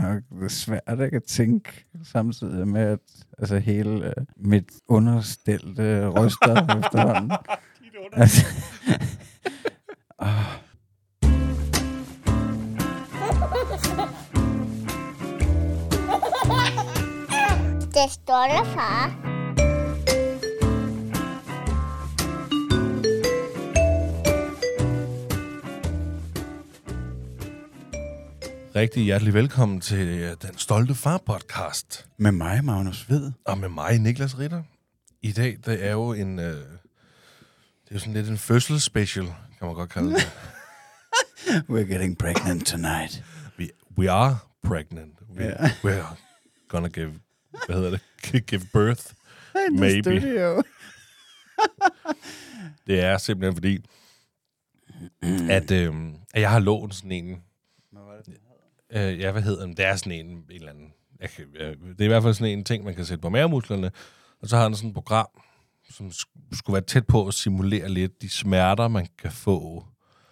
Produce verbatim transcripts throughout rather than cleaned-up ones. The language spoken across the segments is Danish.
nok det er svært ikke at tænke samtidig med, at altså, hele øh, mit understælte ryster efterhånden. Altså, oh. Det stolte far. Rigtig hjertelig velkommen til Den Stolte Far-podcast. Med mig, Magnus Hvid. Og med mig, Niklas Ritter. I dag, det er jo en... Øh, det er jo sådan lidt en fødselsspecial, kan man godt kalde det. We're getting pregnant tonight. We, we are pregnant. We, yeah. We're gonna give... Hvad hedder det? Give birth. Maybe. Det er simpelthen fordi, at, øh, at jeg har lånt sådan en... Øh, ja, hvad hedder den? Det er sådan en, en eller anden... Jeg kan, jeg, det er i hvert fald sådan en ting, man kan sætte på mavemusklerne. Og så har den sådan et program, som sk- skulle være tæt på at simulere lidt de smerter, man kan få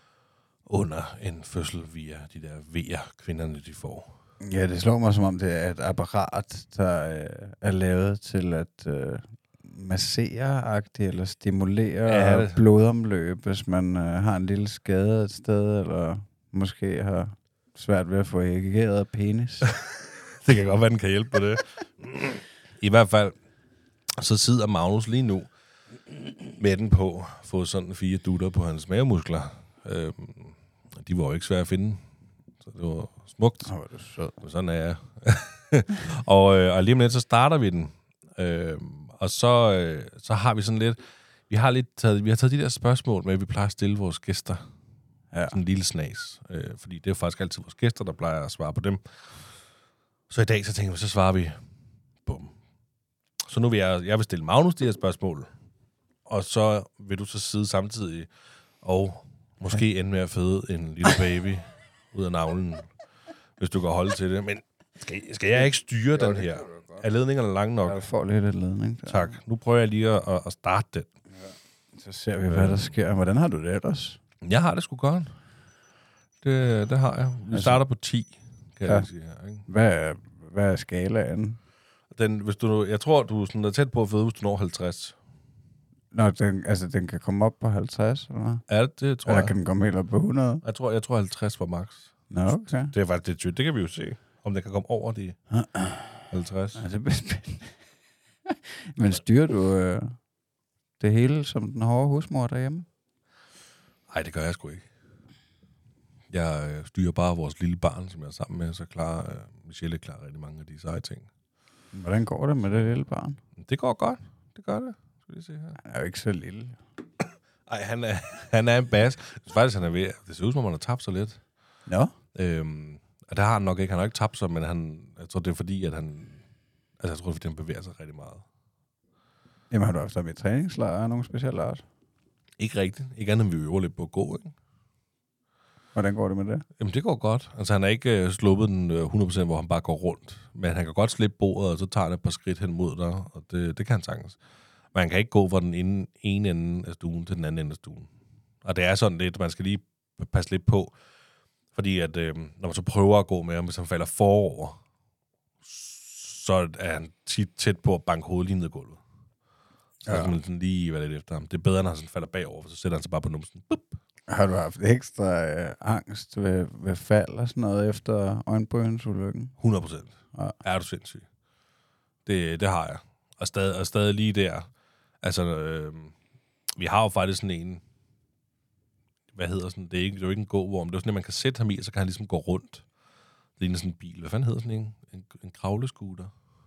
under en fødsel via de der vejer, kvinderne de får. Ja, det slår mig som om, det er et apparat, der øh, er lavet til at øh, massere-agtigt eller stimulere ja, det... blodomløb, hvis man øh, har en lille skade et sted, eller måske har... svært ved at få erigeret penis. Det kan godt være, den kan hjælpe på det. I hvert fald, så sidder Magnus lige nu med den på, fået sådan fire dutter på hans mavemuskler. Øhm, de var jo ikke svære at finde, så det var smukt. Åh, oh, det er sød. Sådan er jeg. og, øh, og lige om lidt, så starter vi den. Øhm, og så, øh, så har vi sådan lidt, vi har lidt taget, vi har taget de der spørgsmål med, at vi plejer at stille vores gæster. Ja. Sådan en lille snas. Øh, fordi det er faktisk altid vores gæster, der plejer at svare på dem. Så i dag, så tænker vi, så svarer vi. Bum. Så nu vil jeg, jeg vil stille Magnus de her spørgsmål. Og så vil du så sidde samtidig og måske ja. ende med at føde en lille baby ud af navlen, hvis du kan holde til det. Men skal, skal jeg ikke styre jo, den her? Er ledningerne lange nok? Jeg får lidt af ledning. Der. Tak. Nu prøver jeg lige at, at starte den. Ja. Så ser vi, hvad der sker. Hvordan har du det ellers? Jeg har det sgu godt. Det, det har jeg. Vi altså, starter på ti, kan ja. jeg sige her. Ikke? Hvad er, hvad er skalaen? Den, hvis du, jeg tror, du er, sådan, er tæt på at føde, hvis du når halvtreds. Nå, den, altså den kan komme op på halvtreds, eller hvad? Ja, det, det tror eller jeg. kan den komme helt op på hundrede? Jeg tror, jeg tror halvtreds var max. Nå, okay. Det er faktisk det, det kan vi jo se. Om den kan komme over de halvtreds. Ja, det er spændende. Men styrer du øh, det hele som den hårde husmor derhjemme? Nej, det gør jeg sgu ikke. Jeg øh, styrer bare vores lille barn, som jeg er sammen med, så klarer øh, Michelle klarer rigtig mange af de seje ting. Hvordan går det med det lille barn? Det går godt. Det gør det. Skal vi se her. Han er jo ikke så lille. Nej, han er, han er en bas. Det er faktisk, han er ved. Det ser ud som om, han har tabt sig lidt. Ja. Øhm, og det har han nok ikke. Han har ikke tabt sig, men han, jeg tror, det er fordi, at han... Altså, jeg tror, det er fordi, han bevæger sig rigtig meget. Jamen, har du haft med træningslejr af nogen specielle art? Ikke rigtigt. Ikke andet, end vi øver lidt på at gå, ikke? Hvordan går det med det? Jamen, det går godt. Altså, han har ikke uh, sluppet den uh, hundrede procent, hvor han bare går rundt. Men han kan godt slippe bordet, og så tager han et par skridt hen mod dig, og det, det kan han sagtens. Men han kan ikke gå fra den ene, ene ende af stuen til den anden ende af stuen. Og det er sådan lidt, man skal lige passe lidt på, fordi at, øh, når man så prøver at gå med ham, hvis han falder forover, så er han tit tæt på at banke hovedet lige ned i gulvet. Så ja. kan man sådan lige være lidt efter ham. Det er bedre, når han sådan falder bagover, for så sætter han sig bare på numsen. Bup. Har du haft ekstra øh, angst ved, ved fald og sådan noget efter øjenbrynsulykken? hundrede procent. Ja. Er du sindssyg? Det, det har jeg. Og stadig, og stadig lige der. Altså, øh, vi har jo faktisk sådan en... Hvad hedder sådan? Det er, ikke, det er jo ikke en gåvogn. Det er sådan, at man kan sætte ham i, og så kan han ligesom gå rundt. Det ligner sådan en bil. Hvad fanden hedder sådan en? En, en kravlescooter.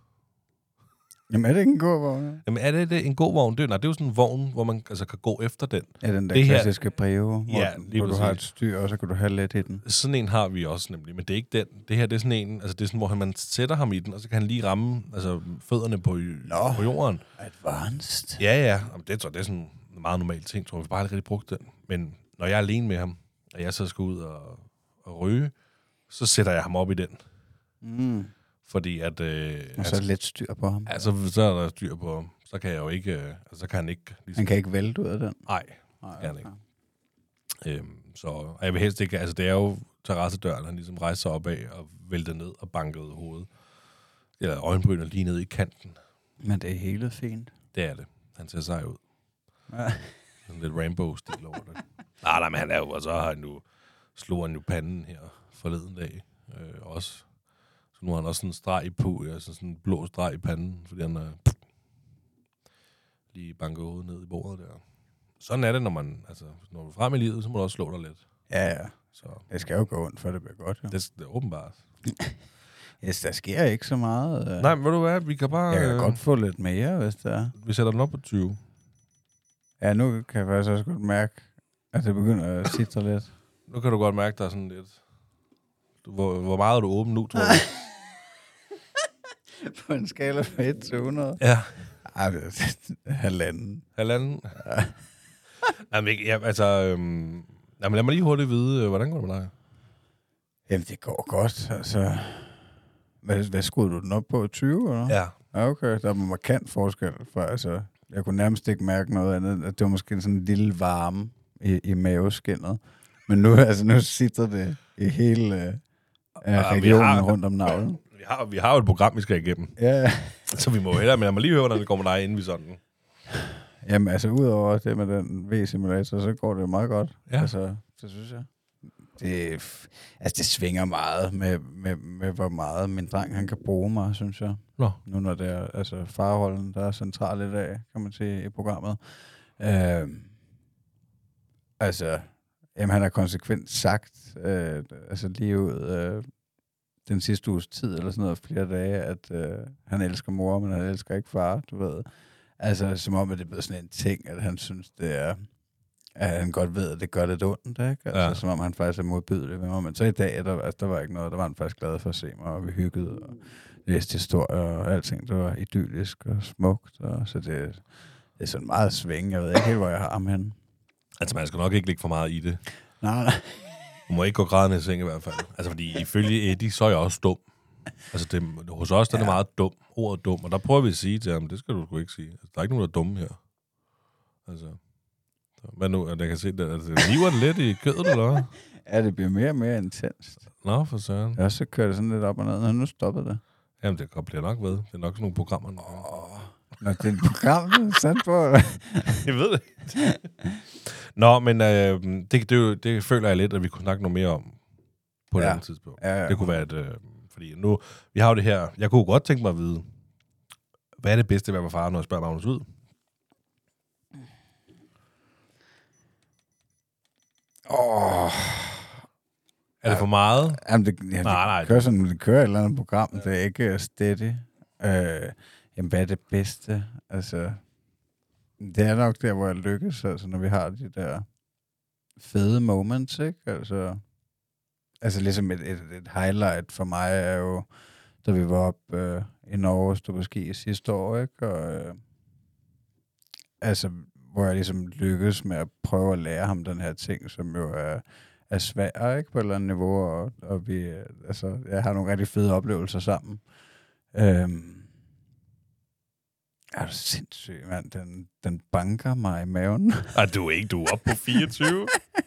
Jamen, er det ikke en gåvogn? Jamen, er det, det en gåvogn? Det, nej, det er jo sådan en vogn, hvor man altså, kan gå efter den. Ja, den der det klassiske Breo, hvor, ja, hvor du har et styr, og så kan du have lidt i den. Sådan en har vi også nemlig, men det er ikke den. Det her, det er sådan en, altså det er sådan, hvor man sætter ham i den, og så kan han lige ramme altså, fødderne på, Nå, på jorden. advanced. Ja, ja. Jamen, det, tror, det er sådan en meget normal ting, tror jeg. Vi bare aldrig rigtig brugt den. Men når jeg er alene med ham, og jeg så skal ud og, og ryge, så sætter jeg ham op i den. Mm. Fordi at... Øh, og så er lidt styr på ham. Altså, så er der styr på ham. Så kan jeg jo ikke... Øh, altså, så kan han ikke... Ligesom, han kan ikke vælte ud af den? Nej, Nej kan han ikke. Øhm, så og jeg vil helst ikke... Altså, det er jo... terrassedøren, han ligesom rejste sig opad og væltede ned og bankede hovedet. Eller øjenbrynet lige ned i kanten. Men det er helt fint. Det er det. Han ser sej ud. Ja. Sådan lidt rainbow-stil over det. Nej, nej, men han er jo, og så har han nu, slog han jo panden her forleden dag. Øh, også. Så nu har han også sådan en streg i på, altså sådan en blå streg i panden, fordi han er lige banket hovedet ned i bordet der. Sådan er det, når man, altså, når du er frem i livet, så må du også slå dig lidt. Ja, ja. Så Det skal jo gå ondt, for det bliver godt. Jo. det, det er åbenbart. Yes, der sker ikke så meget. øh. Nej, men ved du hvad, vi kan bare... Jeg kan øh, godt få lidt mere, hvis der er. Vi sætter den op på tyve. Ja, nu kan jeg faktisk også godt mærke, at det begynder at sidde lidt. Nu kan du godt mærke, der er sådan lidt... Du, hvor, hvor meget er du åben nu, tror jeg? På en skala fra et til hundrede. Ja. Ej, det er halvanden. Halvanden? Ja. Jamen, ikke, ja, altså... Øhm, jamen, lad mig lige hurtigt vide, øh, hvordan går det med dig? Jamen, det går godt. Altså, hvad, hvad skruede du den op på? tyve, eller? Ja. Ja, okay. Der var markant forskel. For, altså, jeg kunne nærmest ikke mærke noget andet. At det var måske sådan en lille varme i, i maveskinnet. Men nu, altså, nu sitter det i hele øh, Ja, vi regionen har- rundt om navlen. Vi har, vi har jo et program, vi skal igennem. Ja, Så vi må hellere, men lad mig lige høre, hvordan det går med dig, inden vi sådan... jamen altså, udover det med den V-simulator, så går det jo meget godt. Ja. Altså, det synes jeg. Det, f- altså, det svinger meget med, med, med, hvor meget min dreng, han kan bruge mig, synes jeg. Nå. Nu når det er altså, farrollen, der er centralt i dag, kan man sige, i programmet. Øh, altså, jamen, han har konsekvent sagt, øh, altså lige ud øh, den sidste uges tid, eller sådan noget, flere dage, at øh, han elsker mor, men han elsker ikke far, du ved. Altså, som om, at det er blevet sådan en ting, at han synes, det er, at han godt ved, at det gør lidt ondt, ikke? Altså, Ja. ja. Som om han faktisk er modbydelig ved mig. Men så i dag, der, altså, der var ikke noget, der var han faktisk glad for at se mig, og vi hyggede, og læste historier, og alting, det var idyllisk og smukt, og så det, det er sådan meget sving. Jeg ved ikke helt, hvor jeg har ham henne. Altså, man skal nok ikke lægge for meget i det. Nej, nej. Du må ikke gå grædende i seng i hvert fald. Altså, fordi ifølge Eddie, så er jeg også dum. Altså, det, hos os der er det Ja. meget dum. Ordet dum. Og der prøver vi at sige til ham, det skal du sgu ikke sige. Altså, der er ikke nogen, der er dumme her. Altså, så, hvad nu? Jeg kan se, det, altså, liver det lidt i kødet, eller hvad? Ja, det bliver mere og mere intenst. Nå, for søren. Jeg så kører det sådan lidt op og ned, og nu stoppede det. Jamen, det godt bliver nok ved. Det er nok sådan nogle programmer. Åh, Nå, det er et program, du er sat på. Jeg ved det. Nå, men øh, det, det, det føler jeg lidt, at vi kunne snakke noget mere om på et Ja. andet tidspunkt. Ja, ja. Det kunne være et... Øh, fordi nu... Vi har jo det her... Jeg kunne godt tænke mig at vide, hvad er det bedste ved at være far, når jeg spørger Magnus ud? Åh, Er det for meget? jamen det, ja, det Nej, nej. kører sådan, det kører et eller andet program, det er ikke steady. Øh, jamen, hvad er det bedste? Altså, det er nok der, hvor jeg lykkes, altså, når vi har de der fede moments, ikke? Altså, altså ligesom et, et, et highlight for mig er jo, da vi var op øh, i Norge, stod på ski sidste år, ikke? Og, øh, altså, hvor jeg ligesom lykkes med at prøve at lære ham den her ting, som jo er, er svær, ikke? På et eller andet niveau, og, og vi, øh, altså, jeg har nogle rigtig fede oplevelser sammen. Øhm, er du sindssyg, mand? Den, den banker mig i maven. Ej, du er ikke. Du er oppe på fireogtyve.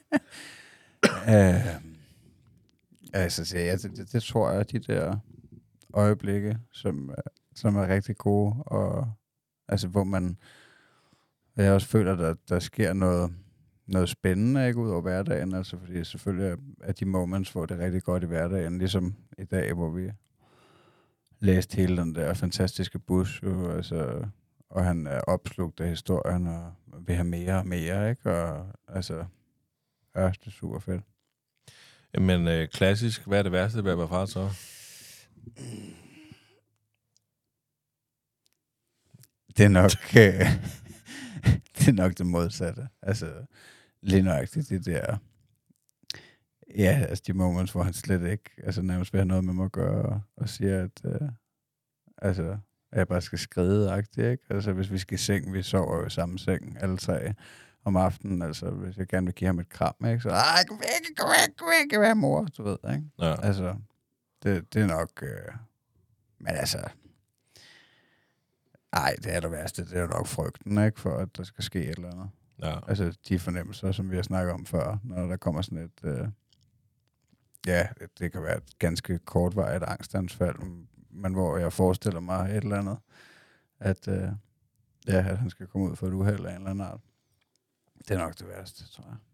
øhm, altså, så ja, det, det, det tror jeg, de der øjeblikke, som, er- som er rigtig gode, og altså, hvor man, jeg også føler, at der, der sker noget, noget spændende, ikke, ud over hverdagen, altså, fordi selvfølgelig er, er de moments, hvor det er rigtig godt i hverdagen, ligesom i dag, hvor vi læste hele den der fantastiske bus, jo, altså, og han er opslugt af historien, og vil have mere og mere, ikke, og altså, ja, det er super fedt. Men øh, klassisk, hvad er det værste ved at være far så? Det er nok, øh, det er nok det modsatte. Altså, lige nøjagtigt det der, ja, altså de moments, hvor han slet ikke, altså nærmest vil have noget med mig at gøre, og, og siger, at, øh, altså, at jeg bare skal skride-agtigt, ikke? Altså, hvis vi skal i seng, vi sover jo i samme seng, alle tre, om aftenen, altså, hvis jeg gerne vil give ham et kram, ikke? Så, ej, kom væk, kom væk, kom væk, jeg mor, du ved, ikke? Ja. Altså, det, det er nok, øh, men altså, ej, det er det værste, det er jo nok frygten, ikke, for at der skal ske et eller andet. Ja. Altså, de fornemmelser, som vi har snakket om før, når der kommer sådan et, øh, ja, det kan være et ganske kortvarigt angstanfald, men hvor jeg forestiller mig et eller andet, at, øh, ja, at han skal komme ud for et uheld af en eller anden art. Det er nok det værste, tror jeg.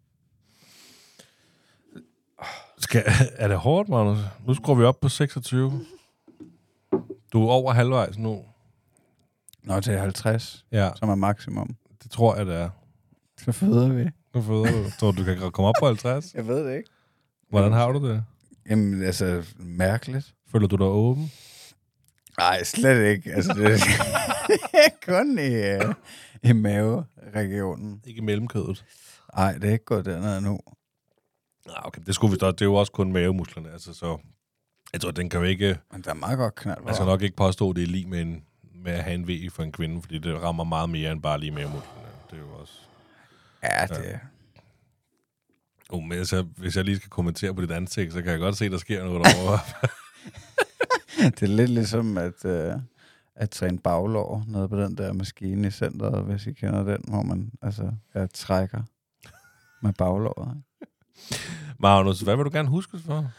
Skal, er det hårdt, Magnus? Nu skruer vi op på seksogtyve. Du er over halvvejs nu. Nå, til halvtreds, Ja, som er maksimum. det tror jeg, det er. Så føder vi. Nu føder du. Tror du, du kan komme op på halvtreds? Jeg ved det ikke. Hvordan har du det? Jamen, altså, mærkeligt. Føler du dig åben? Nej, slet ikke. Altså, det er kun i, uh, i maveregionen. Ikke mellemkødet. Nej, det er ikke gået dernede nu. Ah, okay, det skulle vi stå. Det er jo også kun mavemusklerne, altså så... Jeg tror, den kan jo ikke... Men der er meget godt knald. Jeg skal nok ikke påstå, at det er lige med, en, med at have en V for en kvinde, fordi det rammer meget mere end bare lige mavemusklerne. Det er jo også... Ja, det Ja. Oh, men altså, hvis jeg lige skal kommentere på dit ansigt, så kan jeg godt se, at der sker noget derovre. det er lidt ligesom at, uh, at træne baglår nede på den der maskine i centret, hvis I kender den, hvor man altså, jeg trækker med baglåret. Magnus, hvad vil du gerne huskes for?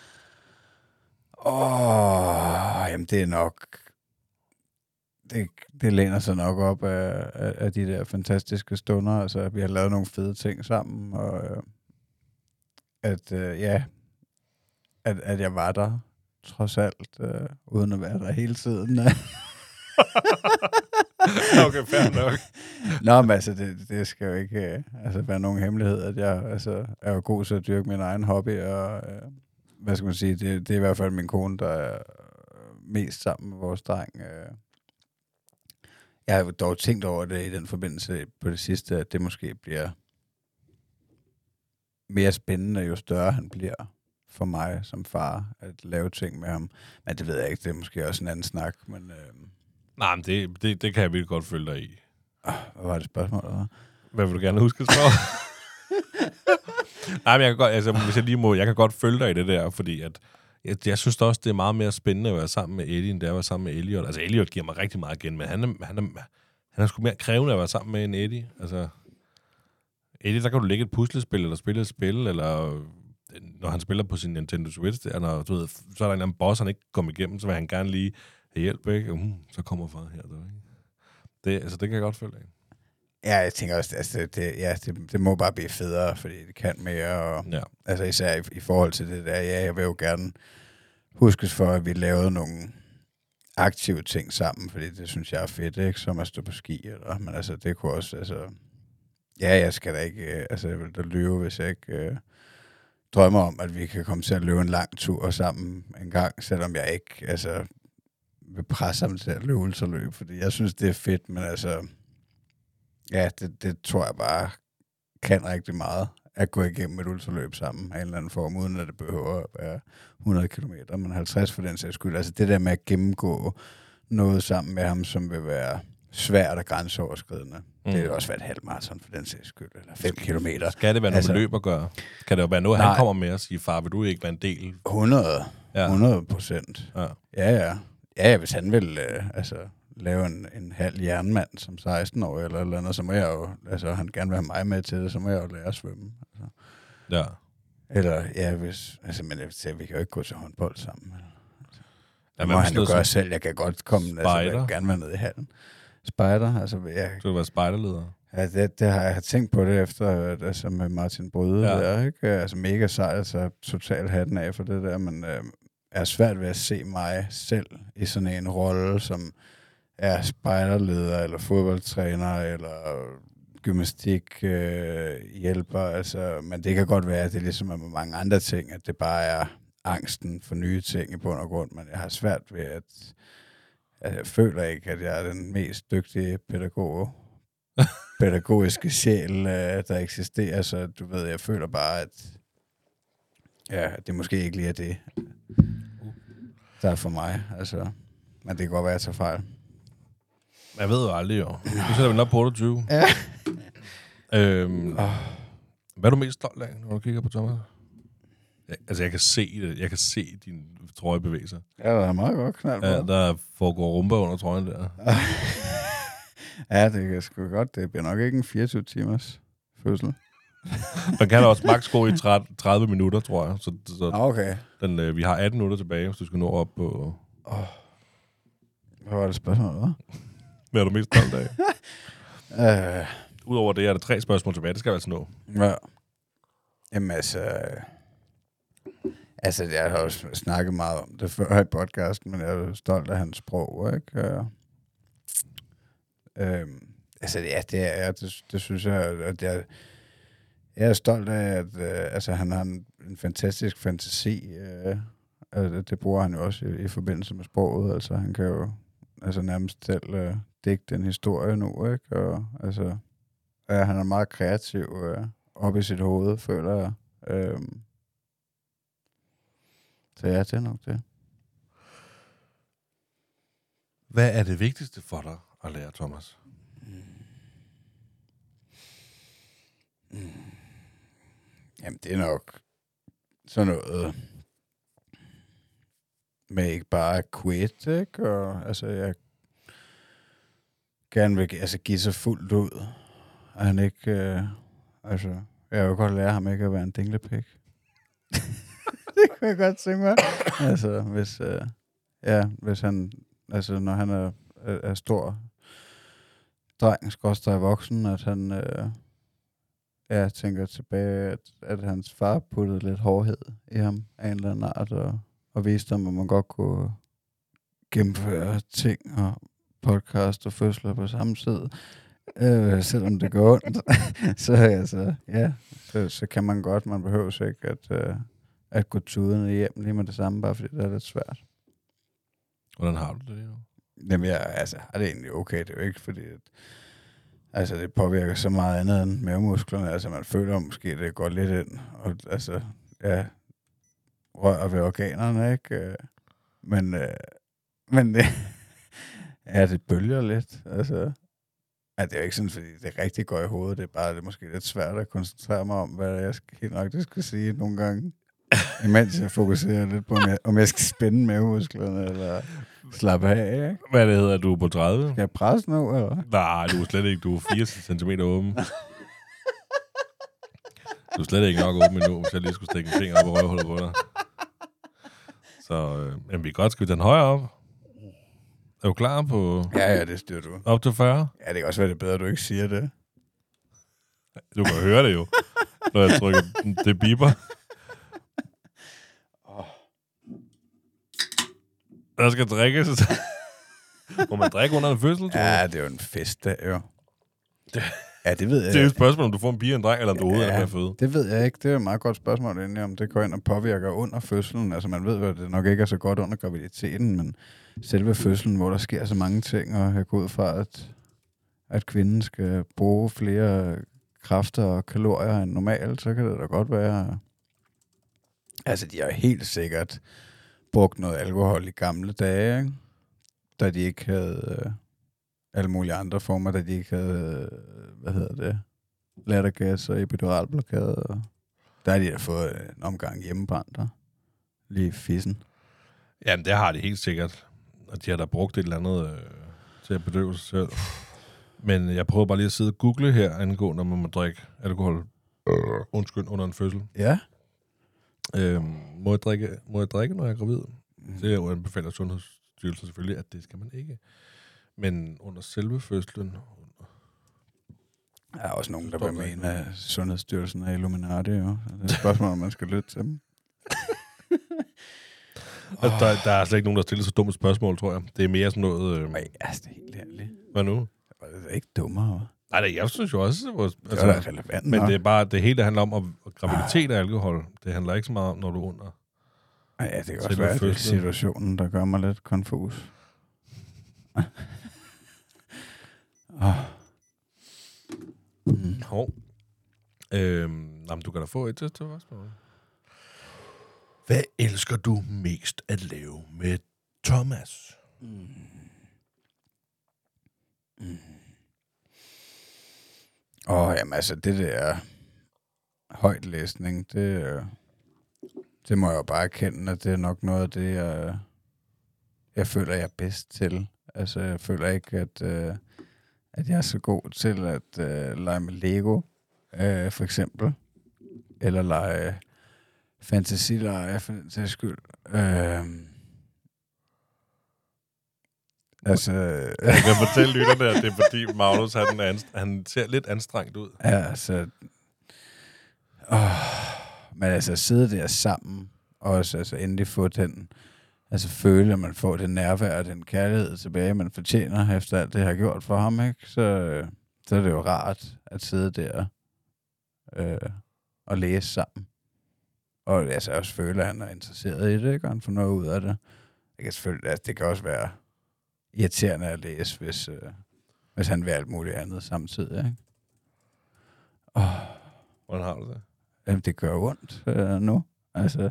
Åh, jamen det er nok... Det, det læner sig nok op af, af, af de der fantastiske stunder. Altså, vi har lavet nogle fede ting sammen, og øh, at, øh, ja, at, at jeg var der, trods alt, øh, uden at være der hele tiden. Okay, fair nok. Nå, men altså, det, det skal jo ikke øh, altså, være nogen hemmelighed, at jeg altså, er jo god til at dyrke min egen hobby, og øh, hvad skal man sige, det, det er i hvert fald min kone, der er mest sammen med vores dreng. Øh. Jeg har dog tænkt over det i den forbindelse på det sidste, at det måske bliver mere spændende, jo større han bliver for mig som far, at lave ting med ham. Men det ved jeg ikke, det er måske også en anden snak, men... Øh, Nej, men det, det, det kan jeg virkelig godt følge dig i. hvad var det spørgsmål, eller hvad? Hvad vil du gerne huskes for? Nej, men jeg kan godt, altså, hvis jeg lige må, jeg kan godt følge dig i det der, fordi at, jeg, jeg synes også, det er meget mere spændende at være sammen med Eddie, end det er at være sammen med Elliot. Altså, Elliot giver mig rigtig meget igen, men han er, han er, han er sgu mere krævende at være sammen med end Eddie. Altså, Eddie, der kan du lægge et puslespil, eller spille et spil, eller når han spiller på sin Nintendo Switch, der, når, du ved, så er der en eller anden boss, han ikke kommer igennem, så vil han gerne lige have hjælp, ikke? Um, så kommer far her, der, ikke? Det, altså, det kan jeg godt følge af. Ja, jeg tænker også, altså, det, ja, det, det må bare blive federe, fordi det kan mere, og Ja. altså især i, i forhold til det der, ja, jeg vil jo gerne huskes for, at vi lavede nogle aktive ting sammen, fordi det synes jeg er fedt, ikke? Som at stå på ski, eller, men altså, det kunne også, altså, ja, jeg skal da ikke, øh, altså, jeg vil da lyve, hvis jeg ikke øh, drømmer om, at vi kan komme til at løbe en lang tur sammen en gang, selvom jeg ikke, altså, vil presse ham til at løbe ultraløb, fordi jeg synes, det er fedt, men altså, ja, det, det tror jeg bare kan rigtig meget, at gå igennem et ultraløb sammen af en eller anden form, uden at det behøver at være hundrede kilometer, men halvtreds for den sags skyld. Altså det der med at gennemgå noget sammen med ham, som vil være svært og grænseoverskridende. Mm. Det er også været et halvmarathon for den sags skyld, eller fem kilometer. Skal det være noget altså, med løb at gøre? Kan det jo være noget, nej, han kommer med og siger, far, vil du ikke være en del? hundrede. Ja. hundrede procent. Ja. Ja, ja. Ja, ja, hvis han vil øh, altså, lave en, en halv jernmand som seksten-årig eller eller andet, så må jeg jo, altså han gerne vil have mig med til det, så må jeg jo lære at svømme. Altså. Ja. Eller, ja, hvis, altså, men jeg, vi kan jo ikke gå til håndbold sammen. Altså. Ja, Det må han jo gøre selv. Jeg kan godt komme, altså, jeg vil gerne være nede i hallen. Spejder, altså, jeg... Så du være spejderleder? Ja, det, det har jeg tænkt på det efter, altså med Martin Bryde ja. Der, ikke? Altså mega sejt, altså totalt hatten af for det der, men øh, er svært ved at se mig selv i sådan en rolle, som er spejderleder, eller fodboldtræner, eller gymnastik øh, hjælper, altså, men det kan godt være, at det ligesom er med mange andre ting, at det bare er angsten for nye ting i bund og grund, men jeg har svært ved at, at jeg føler ikke, at jeg er den mest dygtige pædagog, pædagogiske sjæl, øh, der eksisterer, så du ved, jeg føler bare, at ja, det måske ikke lige er det, der er for mig, altså, men det kan godt være, at jeg tager fejl. Jeg ved jo aldrig, jo. Nu sætter vi op på otteogtyve. Ja. øhm, oh. Hvad er du mest stolt af, når du kigger på Thomas? Jeg, altså, jeg kan se det. Jeg kan se din trøje bevæge sig. Ja, der er meget godt knald på. Ja, der foregår rumba under trøjen der. Ja, det kan sgu godt. Det bliver nok ikke en fireogtyve timers fødsel. Man kan også maks gå i tredive minutter, tror jeg. Så, så okay. den, øh, vi har atten minutter tilbage, hvis du skal nå op på... Oh. Hvad var det spørgsmål, hva'? Hvad er du mest stolt af? uh, Udover det er der tre spørgsmål tilbage, det skal jeg altså nå. Ja. Jamen altså... Altså, jeg har også snakket meget om det før i podcasten, men jeg er jo stolt af hans sprog, ikke? Uh, øhm, altså, ja, det er jeg. Det, det synes jeg, at jeg... Jeg er stolt af, at øh, altså, han har en, en fantastisk fantasi. Øh, altså, det bruger han jo også i, i forbindelse med sproget. Altså, han kan jo altså, nærmest selv øh, digte en historie nu, ikke? Og, altså, ja, han er meget kreativ øh, op i sit hoved, føler jeg. Øh, så ja, det er nok det. Hvad er det vigtigste for dig at lære, Thomas? Mm. Mm. Jamen, det er nok sådan noget med ikke bare at quit, ikke? Og altså, jeg gerne vil altså, give sig fuldt ud. Og han ikke, øh, altså, jeg vil godt lære ham ikke at være en dinglepik. Det kunne jeg godt tænke mig. Altså, hvis, øh, ja, hvis han, altså, når han er, er, er stor dreng, skorstræk voksen, at han, øh, jeg tænker tilbage, at, at hans far puttede lidt hårdhed i ham af en eller anden art, og, og viste ham, at man godt kunne gennemføre ting og podcast og fødsler på samme tid, øh, selvom det går ondt. så altså, ja, så, så kan man godt, man behøver ikke at, øh, at gå tudende hjem lige med det samme, bare fordi det er lidt svært. Hvordan har du det lige nu? Jamen, jeg altså, er det egentlig okay, det er jo ikke, fordi at, altså, det påvirker så meget andet end mavemusklerne. Altså, man føler måske, det går lidt ind. Og altså, ja, rører ved organerne, ikke? Men, øh, men ja, det bølger lidt. Altså, ja, det er jo ikke sådan, fordi det rigtig går i hovedet. Det er bare, det er måske lidt svært at koncentrere mig om, hvad jeg skal, helt nok det skal sige nogle gange. Imens jeg fokuserer lidt på, om jeg, om jeg skal spænde mavemusklerne, eller slappe af, ikke? Hvad det hedder, du er på tredive? Skal jeg presse nu, eller? Nej, du er slet ikke. Du er fire centimeter åben. Du er slet ikke nok åben endnu, hvis jeg lige skulle stikke en finger op og røvhullet på dig. Så øh, jamen, vi er godt. Skal vi tage den højere op? Er du klar på... Ja, ja, det styrer du. Op til fyrre? Ja, det kan også være det bedre, at du ikke siger det. Du kan høre det jo, når jeg trykker det biber. Der skal drikkes. Må man drikke under en fødsel, tror jeg? Ja, det er jo en festdag, jo. Ja, det ved jeg. Det er jo et spørgsmål, om du får en pige og en dreng, eller om du overhovedet ja, er med at føde. Det ved jeg ikke. Det er et meget godt spørgsmål, egentlig, om det går ind og påvirker under fødslen. Altså, man ved, at det nok ikke er så godt under graviditeten, men selve fødslen, hvor der sker så mange ting, og jeg går ud fra, at, at kvinden skal bruge flere kræfter og kalorier end normalt, så kan det da godt være... Altså, de har helt sikkert brugt noget alkohol i gamle dage, ikke? Da de ikke havde øh, alle mulige andre former, da de ikke havde, øh, hvad hedder det, lattergas og epiduralblokade. Og der har de da fået en omgang hjemmebrændter. Lige i fissen. Jamen, det har de helt sikkert. Og de har da brugt et eller andet øh, til at bedøve sig selv. Men jeg prøver bare lige at sidde og google her, angående, når man må drikke alkohol. Øh, undskyld, under en fødsel. Ja. Øhm, må, jeg drikke, må jeg drikke, når jeg er gravid? Mm. Det er jo anbefaler Sundhedsstyrelsen selvfølgelig, at det skal man ikke. Men under selve fødslen... Der er også nogen, der vil mene, at Sundhedsstyrelsen er Illuminati, jo. Det er et spørgsmål, om man skal lytte til dem. oh. der, der er slet ikke nogen, der stiller så dumme spørgsmål, tror jeg. Det er mere sådan noget... Øh... Nej, altså, det er helt ærligt. Hvad nu? Det er ikke dummere, hva'? Nej, det, jeg synes jo også... Altså, det er da relevant men nok. det er bare... Det hele, der handler om at graviditet og alkohol. Det handler ikke så meget om, når du er under... Ja, det kan også være, at det er situationen, der gør mig lidt konfus. oh. mm. Hov. Øhm, jamen, du kan da få et til spørgsmål. Hvad elsker du mest at lave med Thomas? Mm. Mm. Åh, oh, jamen altså, det der højtlæsning, det, det må jeg jo bare erkende, at det er nok noget af det, jeg, jeg føler, jeg er bedst til. Altså, jeg føler ikke, at, uh, at jeg er så god til at uh, lege med Lego. øh, for eksempel. Eller lege fantasilege, for den sags skyld. Øh, altså... Jeg kan fortælle lytterne, at det er fordi Magnus, han, er anst- han ser lidt anstrengt ud. Ja, altså... Åh, men altså, sidde der sammen, og også altså, endelig få den... Altså føle, at man får det nærvær og den kærlighed tilbage, man fortjener, efter alt det, jeg har gjort for ham, ikke? Så, så er det jo rart at sidde der øh, og læse sammen. Og altså også føle, at han er interesseret i det, ikke? Og han får noget ud af det. Det kan selvfølgelig, altså, det kan også være irriterende at læse, hvis, øh, hvis han vil alt muligt andet samtidig, ikke? Oh. Hvordan har du det? Jamen, det gør ondt øh, nu. Altså,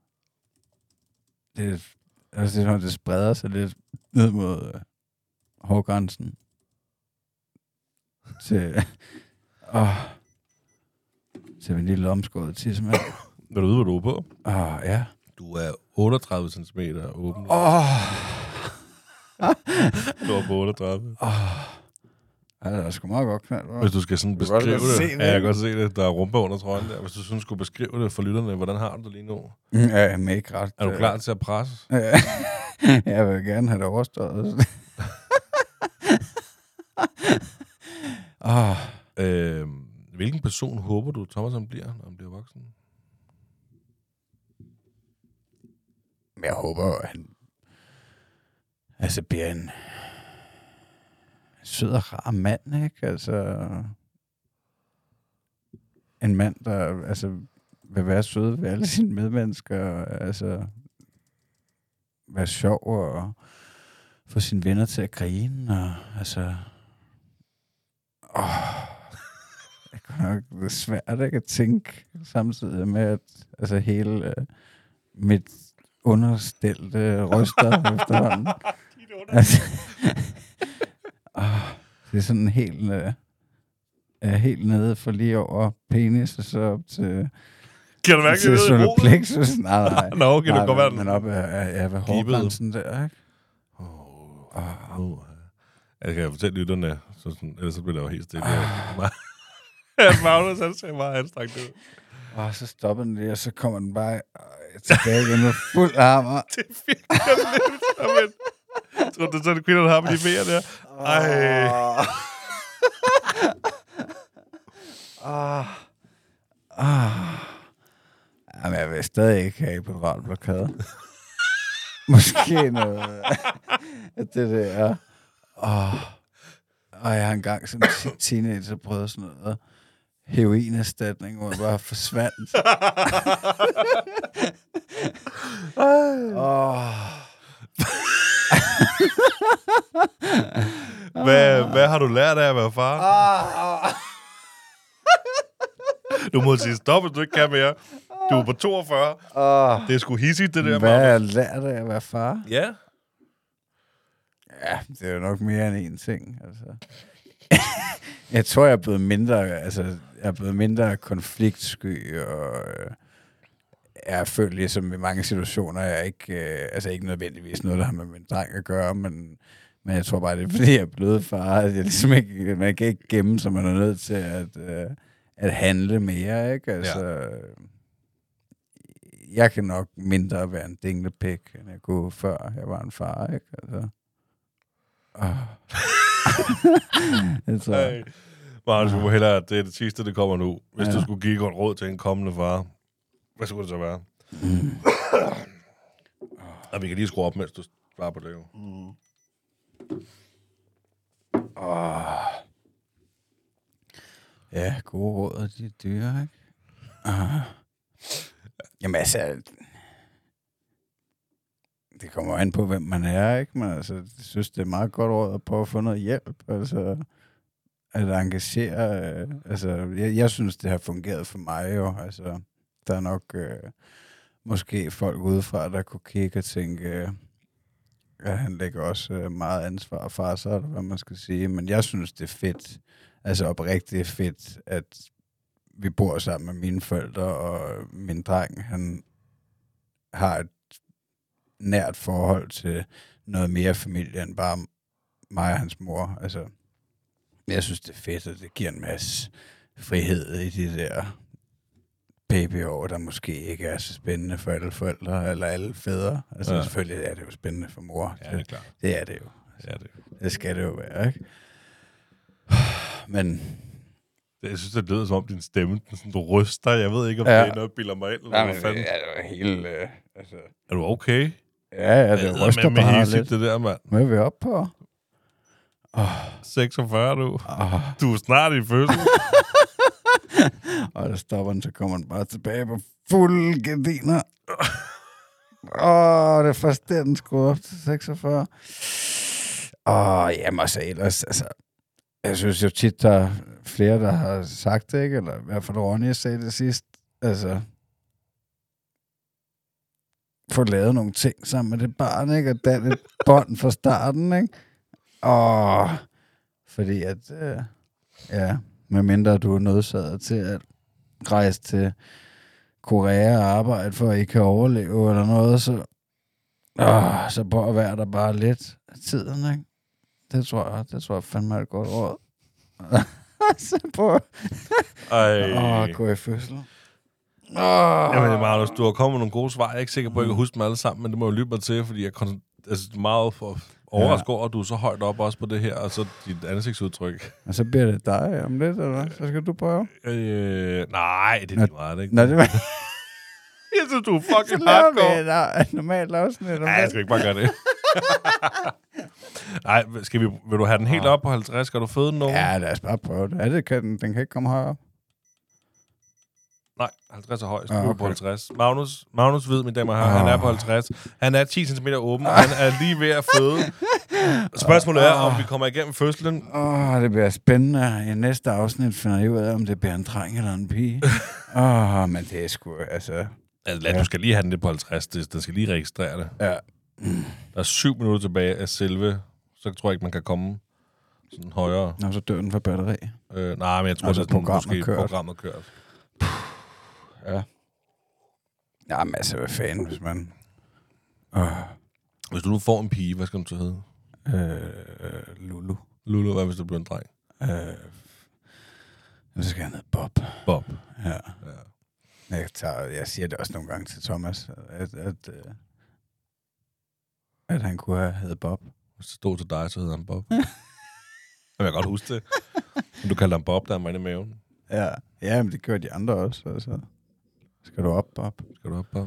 det, altså, det, er, det spreder sig lidt ned mod øh, hårgrænsen. Til, åh, til min lille omskåret tidsmand. Vil du vide, hvad du er på? Åh, ja. Du er otteogtredive centimeter åben. Åh. Du er på otteogtredive. Åh. Ja, det er sgu meget godt knald. Hvis du skal sådan Du kan beskrive godt det, se det, det. ja, jeg kan godt se det. Der er rumpe under trøjen der. Hvis du sådan skulle beskrive det for lytterne, hvordan har du det lige nu? Mm, ja, jeg er ikke ret. Er du klar til at presse? Ja. Jeg vil gerne have det overstået. Åh. Øh, hvilken person håber du, Thomas han bliver, når han bliver voksen? Men jeg håber jo, at han altså bliver en sød og rar mand, ikke? Altså en mand, der altså vil være sød ved alle sine medmennesker, altså være sjov og få sine venner til at grine, og altså åh, det er nok det er svært ikke at tænke samtidig med, at altså hele øh, mit understillede ryster efterhånden. Altså, åh, det er sådan helt, øh, øh, helt nede for lige over penis, og så op til, Kan du mærke til det nede i solar roden? plexus. Nej, nej. Nå, okay, nej, det kan godt være men op af, af, af hårgrænsen der, ikke? Åh, oh, oh. Jeg kan fortælle lytterne, så sådan, ellers så bliver det jo helt stille. Ja, Magnus, han ser meget anstrengt ud. Og så stopper den lige, og så kommer den bare øh, tilbage igen med fuld armer. Det er virkelig lidt. Amen. Jeg tror, det er sådan, at kvinderne har med de vejer der. Ej. Ah. Ah. Jamen, jeg vil stadig ikke have epiduralblokade. Måske noget af det der. Åh. Og jeg har engang som t- teenager prøvet sådan noget heroinerstatning, hvor jeg bare forsvandt. Åh. Hvad, hvad har du lært af at være far? Du må sige stop, hvis du ikke kan mere. Du er på toogfyrre. Oh. Det er sgu hissigt, det der. Hvad har jeg lært af at være far? Ja. Ja, det er jo nok mere end én ting. Altså. Jeg tror, jeg er blevet mindre, altså, jeg er blevet mindre konfliktsky, og øh, jeg har følt ligesom i mange situationer, jeg er ikke, øh, altså ikke nødvendigvis noget, der har med min dreng at gøre, men, men jeg tror bare, det er fordi, jeg er blevet far, at jeg ligesom ikke, man kan ikke gemme, så man er nødt til at, øh, at handle mere, ikke? Altså, ja. Jeg kan nok mindre være en dinglepæk, end jeg kunne før jeg var en far, ikke? Altså. Oh. Det tror jeg. Hey. Magnus, du må hellere, det er det sidste, det kommer nu. Hvis ja. du skulle give et råd til en kommende far, hvad skulle det så være? Mm. Og vi kan lige skrue op, mens du svarer på det jo. Mm. Oh. Ja, gode råd, de er dyre, ikke? Uh. Jamen altså, det kommer an på, hvem man er, ikke? Men altså, jeg synes, det er meget godt råd at prøve at få noget hjælp. Altså, at engagere. Øh, altså, jeg, jeg synes, det har fungeret for mig jo. Altså, der er nok øh, måske folk udefra, der kunne kigge og tænke, øh, at han lægger også øh, meget ansvar fra sig, eller hvad man skal sige. Men jeg synes, det er fedt. Altså oprigtigt fedt, at vi bor sammen med mine forældre, og min dreng, han har et nært forhold til noget mere familie end bare mig og hans mor. Altså, jeg synes, det er fedt, og det giver en masse frihed i de der babyår, der måske ikke er så spændende for alle forældre, eller alle fædre. Altså Ja. selvfølgelig er det jo spændende for mor. Ja, det er klart. Det er det jo. Det er det. Det skal det jo være, ikke? Men Det, jeg synes, det lyder som om din stemme, den sådan, du ryster. Jeg ved ikke, om Ja. det er noget, der bilder mig ind. Eller ja, hvad men, fanden. det er jo helt... Øh, altså, Er du okay? ja, ja, det ryster med bare hissigt, lidt. det der, mand. Hvad er vi oppe på? Oh, seksogfyrre, du. oh. Du er snart i fødsel. Og der stopper den, så kommer den bare tilbage på fuld gardiner. Åh, oh, det er først der, den skruer op til seksogfyrre. Åh, oh, jamen altså ellers, altså... Jeg synes jo tit, der er flere, der har sagt det, ikke? Eller i hvert fald Ronny sagde det sidst. Altså... Få lavet nogle ting sammen med det barn, ikke? Og danne et bånd fra starten, ikke? Åh... Fordi at... Øh, ja... Medmindre du er nødsaget til at rejse til Korea og arbejde for at I kan overleve eller noget, så, åh, så prøv at være der bare lidt af tiden, ikke? Det tror jeg, det tror jeg fandme er et godt råd. Så prøv at åh, gå i fødsel. Åh. Jamen, Magnus, du har kommet med nogle gode svar. Jeg er ikke sikker på, at jeg kan huske dem alle sammen, men det må jeg lytte mig til, fordi jeg er altså, meget for overrasket over, at du er så højt op også på det her, og så dit ansigtsudtryk. Og så bliver det dig om lidt, eller hvad? Så skal du prøve? Øh, nej, det er Nå, lige meget, ikke? Nå, det var... Jeg synes, du er fucking Så laver hardcore. vi et normalt afsnit. Nej, jeg skal ikke bare gøre det. Nej, skal vi, vil du have den helt op på halvtreds? Skal du føde den nogen? Ja, lad os bare prøve det. Ja, det kan, den kan ikke komme højere op. Nej, halvtreds er højst. Ah, Du er okay. på halvtreds. Magnus, Magnus ved, mine damer og herrer, han er på halvtreds. Han er ti centimeter åben, og han er lige ved at føde. Spørgsmålet er, om vi kommer igennem fødslen. Åh, oh, det bliver spændende. I næste afsnit finder jeg ud af, om det bliver en dreng eller en pige. Åh, oh, men det er sgu, altså... Altså, lad, du skal lige have den det på halvtreds. Det, der skal lige registrere det. Ja. Der er syv minutter tilbage af selve. Så tror jeg ikke, man kan komme sådan højere. Nå, så dør den for batteri. Øh, nej, men jeg tror, Altså, det er sådan, programmet måske kørt. programmet kørt. Ja. Jamen altså, hvad fanden, hvis man... Oh. Hvis du nu får en pige, hvad skal du så hedde? Øh, Lulu. Lulu, hvad hvis du bliver en dreng? Øh, så skal han hedde Bob. Bob. Ja. Ja. Jeg, tager, jeg siger det også nogle gange til Thomas, at, at, øh, at han kunne have heddet Bob. Hvis det stod til dig, så hedder han Bob. Jeg kan godt huske det. Men du kalder ham Bob, der er mig inde i maven. Ja, ja, men det gør de andre også. Altså. Skal du op, Bob? Skal du op, Bob?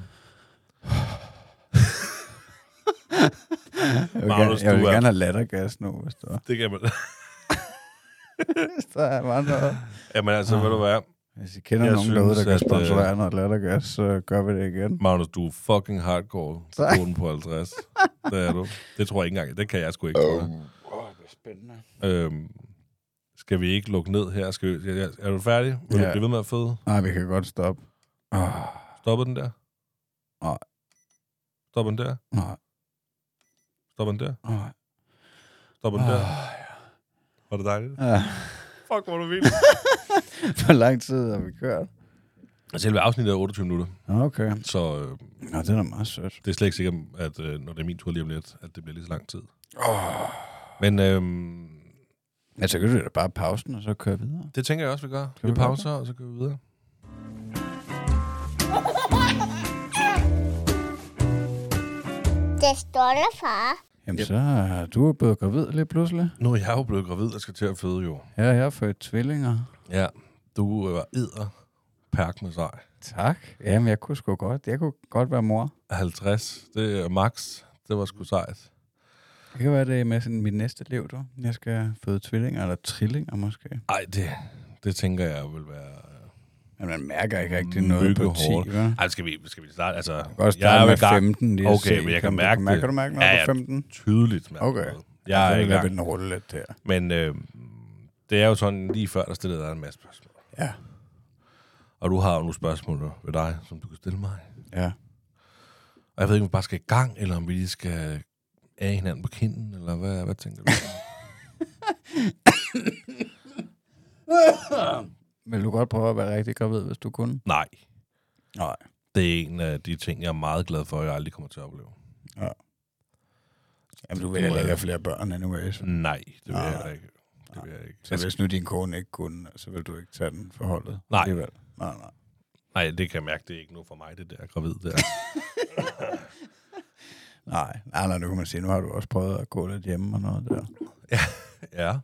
Jeg vil, Magnus, gerne, jeg vil du er- gerne have lattergas nu, hvis du Det kan man. Hvis der er noget. Jamen altså, ved du hvad? Hvis I kender Jeg nogen derude, der synes, kan at, sponsorere noget lattergas, så gør vi det igen. Magnus, du er fucking hardcore. Tak. Koden på halvtreds. Det er du. Det tror jeg ikke engang. Det kan jeg sgu ikke. Tror jeg. Åh, det er spændende. Øhm, skal vi ikke lukke ned her? Skal vi, er er du færdig? Vil Ja. du blive ved med at føde? Nej, vi kan godt stoppe. Oh, Stopper den der? Nej. Stopper den der? nej, Stopper den der? nej. Stopper den Oh, der? Var det dejligt? ja. Fuck, hvor er du vildt. Hvor lang tid har vi kørt? Selve afsnittet er otteogtyve minutter, Okay. så øh, Nå, det er da meget sødt. det er slet ikke sikkert, at øh, når det er min tur lige om lidt, at det bliver lige så lang tid. Oh. Men øh, Ja, så kan du da bare pausen, og så køre videre. det tænker jeg også, vi gør. Skal Vi vi gøre pauser, og så går vi videre. Det står der, far. Jamen, Yep. så er du blevet gravid lige pludselig. Nu er jeg jo blevet gravid og skal til at føde jo. Ja, jeg har fået tvillinger. Ja, du var edder perk med sig. Tak. Jamen, jeg kunne sgu godt. Jeg kunne godt være mor. halvtreds, det er max. Det var sgu sejt. Det kan være, det er med sådan mit næste liv, du. Jeg skal føde tvillinger, eller trillinger måske. Ej, det, det tænker jeg vil være... Men man mærker ikke rigtig noget på ti, hårdt. vel? Ej, skal vi, skal vi starte? Altså, Jeg kan også jeg er starte jo med i gang. femten. Lige Okay, at se, men jeg kan om du- mærke Kan det. du mærke noget Ja, ja. på femten? Tydeligt, mand. Okay. Jeg er så i lader vi gang. den rulle lidt der. Men øh, det er jo sådan, lige før der stillede dig en masse spørgsmål. Ja. Og du har jo nogle spørgsmål ved dig, som du kan stille mig. Ja. Og jeg ved ikke, om vi bare skal i gang, eller om vi lige skal af hinanden på kinden, eller hvad, hvad tænker du? Vil du godt prøve at være rigtig gravid, hvis du kunne? Nej. Nej. Det er en af de ting, jeg er meget glad for, at jeg aldrig kommer til at opleve. Ja. Jamen, du vil heller ikke have flere børn anyways. Nej, det vil jeg Nej. heller ikke. Det vil jeg ikke. Så hvis nu din kone ikke kunne, så vil du ikke tage den forholdet? Nej. Alligevel. Nej, nej. Nej, det kan jeg mærke, det er ikke noget for mig, det der gravid der. Nej, nej, nej, nu kan man sige, nu har du også prøvet at gå lidt hjemme og noget der. Ja, ja.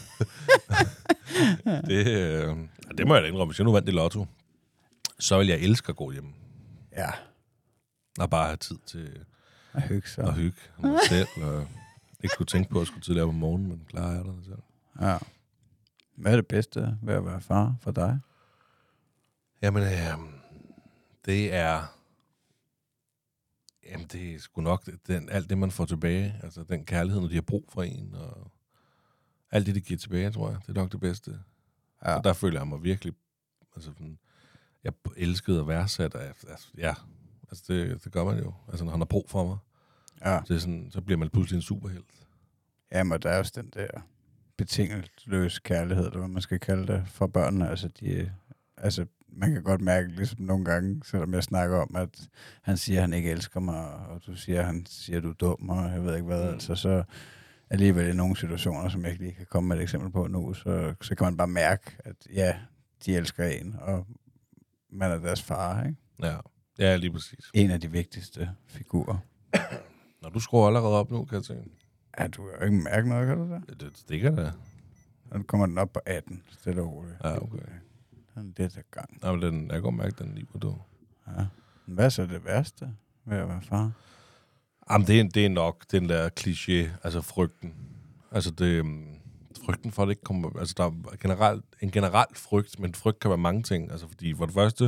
det, øh, det må jeg da indrømme. Hvis jeg nu vandt i lotto, så vil jeg elske at gå hjem. Ja. Og bare have tid til At hygge sig. at hygge mig selv. Og ikke skulle tænke på at skulle tidligere om morgenen, men klarer jeg det selv. Ja. Hvad er det bedste ved at være far for dig? Jamen, øh, det er... Jamen, det er sgu nok den, alt det, man får tilbage. Altså, den kærlighed, når de har brug for en, og alt det, de giver tilbage, tror jeg. Det er nok det bedste. Ja. Og der føler jeg mig virkelig... Altså, sådan, jeg elskede at værdsætte. Altså, ja, altså, det, det gør man jo. Altså, når han har brug for mig. Ja. Det er sådan, så bliver man pludselig en superhelt. Jamen, der er også den der betingelsesløse kærlighed, eller hvad man skal kalde det, for børnene. Altså, de, altså, man kan godt mærke, ligesom nogle gange, selvom jeg snakker om, at han siger, at han ikke elsker mig, og du siger, at han siger, at du er dum, og jeg ved ikke hvad, mm. altså, så alligevel i nogle situationer, som jeg ikke lige kan komme med et eksempel på nu, så, så kan man bare mærke, at ja, de elsker en, og man er deres far, ikke? Ja, ja, lige præcis. En af de vigtigste figurer. Når du skruer allerede op nu, kan jeg tænke. Ja, du kan jo ikke mærke noget, kan du det? Det, det, det kan da. Så kommer den op på atten, stille og roligt. Ja, okay. Sådan lidt af gang. Ja, men den, jeg kan godt mærke, den lige på du. Ja. Hvad er så det værste ved at være far? Jamen, det er, det er nok den der kliché, altså frygten. Altså, det, frygten for, at det ikke kommer... Altså, der er generelt, en generel frygt, men frygt kan være mange ting. Altså, fordi for det første,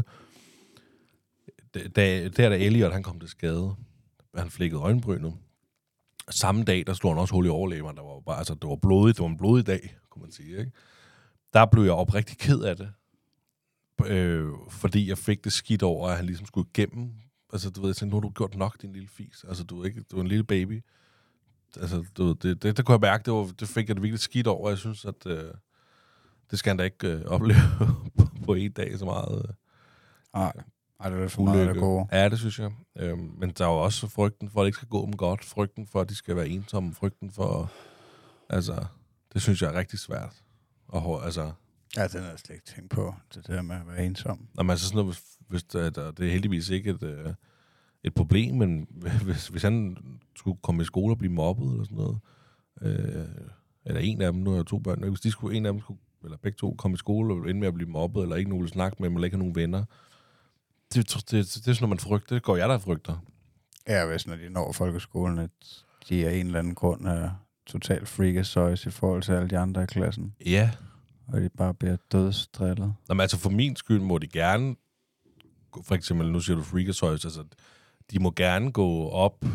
da, der da Elliot, han kom til skade, han flækkede øjenbrynet. Samme dag, der slog han også hul i overlæberen. Der var bare, altså, det var blodigt, det var en blodig dag, kunne man sige, ikke? Der blev jeg oprigtig ked af det. Øh, fordi jeg fik det skidt over, at han ligesom skulle igennem. Altså, du ved, jeg tænkte, nu har du gjort nok, din lille fis. Altså, du er ikke, du er en lille baby. Altså, du ved, det, det, det kunne jeg mærke, det, var, det fik jeg det virkelig skidt over. Jeg synes, at øh, det skal han da ikke øh, opleve på, på en dag så meget. Øh, Nej, Ej, det er for meget af det gode. Ja, det synes jeg. Øh, men der er jo også frygten for, at det ikke skal gå dem godt. Frygten for, at de skal være ensomme. Frygten for, altså, det synes jeg er rigtig svært. Og, altså, ja, den har jeg slet ikke tænkt på, det der med at være ensom. Jamen, altså sådan noget, hvis, hvis der, der, det er heldigvis ikke et, øh, et problem, men hvis, hvis han skulle komme i skole og blive mobbet eller sådan noget, øh, eller en af dem, nu har jeg to børn, hvis de skulle, en af dem skulle, eller begge to, komme i skole og ende med at blive mobbet, eller ikke nogen vil snakke med dem, eller ikke have nogen venner, det, det, det, det er sådan noget, man frygter. Det går jeg, der frygter. Ja, hvis når de når folkeskolen, at de af en eller anden grund er totalt freakazoids i forhold til alle de andre i klassen. Ja. Og de bare bliver dødsdrillet. Nå, men altså for min skyld må de gerne, for eksempel, nu siger du freakazoids, altså de må gerne gå op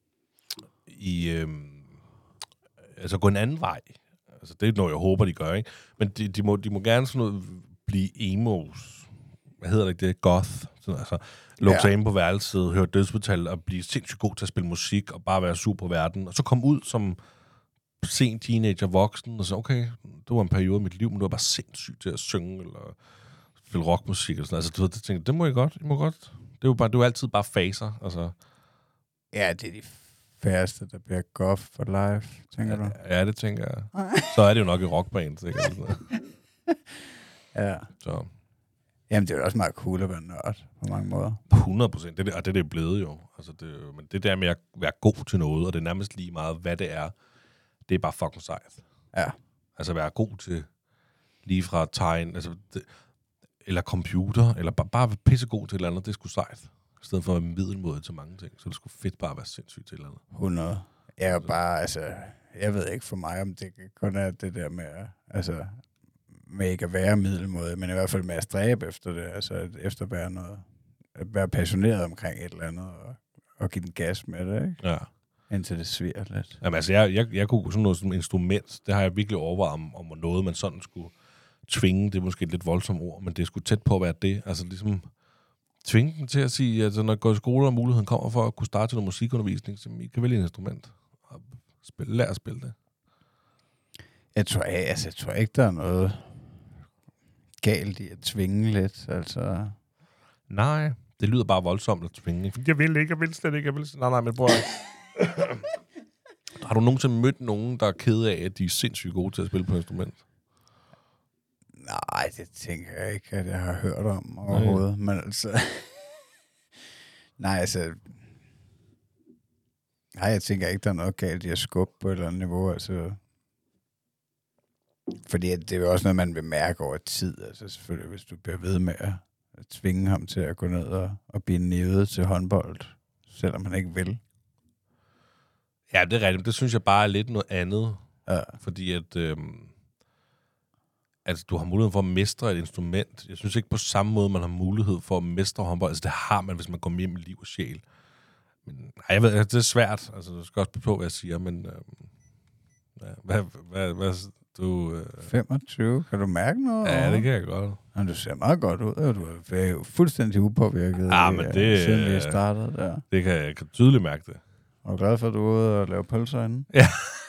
i, øhm, altså gå en anden vej. Altså det er noget, jeg håber, de gør, ikke? Men de, de, må, de må gerne sådan noget blive emos. Hvad hedder det ikke det? Goth. Sådan, altså lukke ja. sig inde på værelset, høre dødsmetal og blive sindssygt god til at spille musik og bare være super verden. Og så komme ud som sen teenager, voksen, og så okay, det var en periode af mit liv, men du var bare sindssygt til at synge eller spille rockmusik og sådan. Altså du ved, det tænker, det må I godt, I må godt. Det er jo bare, det er jo altid bare faser, altså. Ja, det er de færreste, der bliver goth for life, tænker ja, du? Ja, det tænker jeg. Så er det jo nok i rockband, sikkert. Ja. Så. Jamen, det er jo også meget cool at være nørd på mange måder. hundrede procent. Det, og det, det er blevet jo. Altså, det, men det der med at være god til noget, og det er nærmest lige meget, hvad det er, det er bare fucking sejt. Ja. Altså være god til lige fra tegn, altså, det, eller computer, eller bare, bare være pissegod til et eller andet, det er sgu sejt. I stedet for at være middelmåde til mange ting, så det er sgu fedt bare at være sindssygt til et eller andet. hundrede. Jeg er bare, altså, jeg ved ikke for mig, om det kun er det der med, altså, med ikke at være middelmåde, men i hvert fald med at stræbe efter det, altså efter at være noget, at være passioneret omkring et eller andet, og, og give den gas med det, ikke? Ja. Indtil det sviger lidt. Jamen altså, jeg, jeg, jeg kunne sådan noget som instrument, det har jeg virkelig overvejet om, om noget, man sådan skulle tvinge, det er måske et lidt voldsomt ord, men det skulle tæt på at være det, altså ligesom tvinge dem til at sige, at altså, når jeg går i skole, og muligheden kommer for at kunne starte til noget musikundervisning, så I kan vælge et instrument og spille, lær at spille det. Jeg tror, jeg, altså, jeg tror ikke, der er noget galt i at tvinge lidt, altså. Nej, det lyder bare voldsomt at tvinge. Jeg vil ikke, jeg vil slet ikke, jeg vil slet. Nej, nej, men bror. Har du nogensinde mødt nogen, der er ked af, at de er sindssygt gode til at spille på instrument? Nej, det tænker jeg ikke, at jeg har hørt om overhovedet. Nej. Men altså... nej, altså... Nej, jeg tænker ikke, der er noget galt i at skubbe på et eller andet niveau. Altså... Fordi det er jo også noget, man vil mærke over tid. Altså selvfølgelig, hvis du bliver ved med at tvinge ham til at gå ned og, og blive nævet til håndbold, selvom han ikke vil. Ja, det er rigtigt. Det synes jeg bare er lidt noget andet. Ja. Fordi at... Øhm, altså, du har mulighed for at mestre et instrument. Jeg synes ikke på samme måde, man har mulighed for at mestre håndbold. Altså, det har man, hvis man går hjem med liv og sjæl. Men, nej, jeg ved, det er svært. Altså, du skal også på, hvad jeg siger, men... Øhm, ja, hvad, hvad, hvad, du... Øh... femogtyve, kan du mærke noget? Ja, det kan jeg godt. Ja, du ser meget godt ud. Du er jo fuldstændig upåvirket, ja, men det, siden vi startede der. Det kan jeg kan tydeligt mærke det. Og glad for, at du er ude og lave pølser inde. Ja.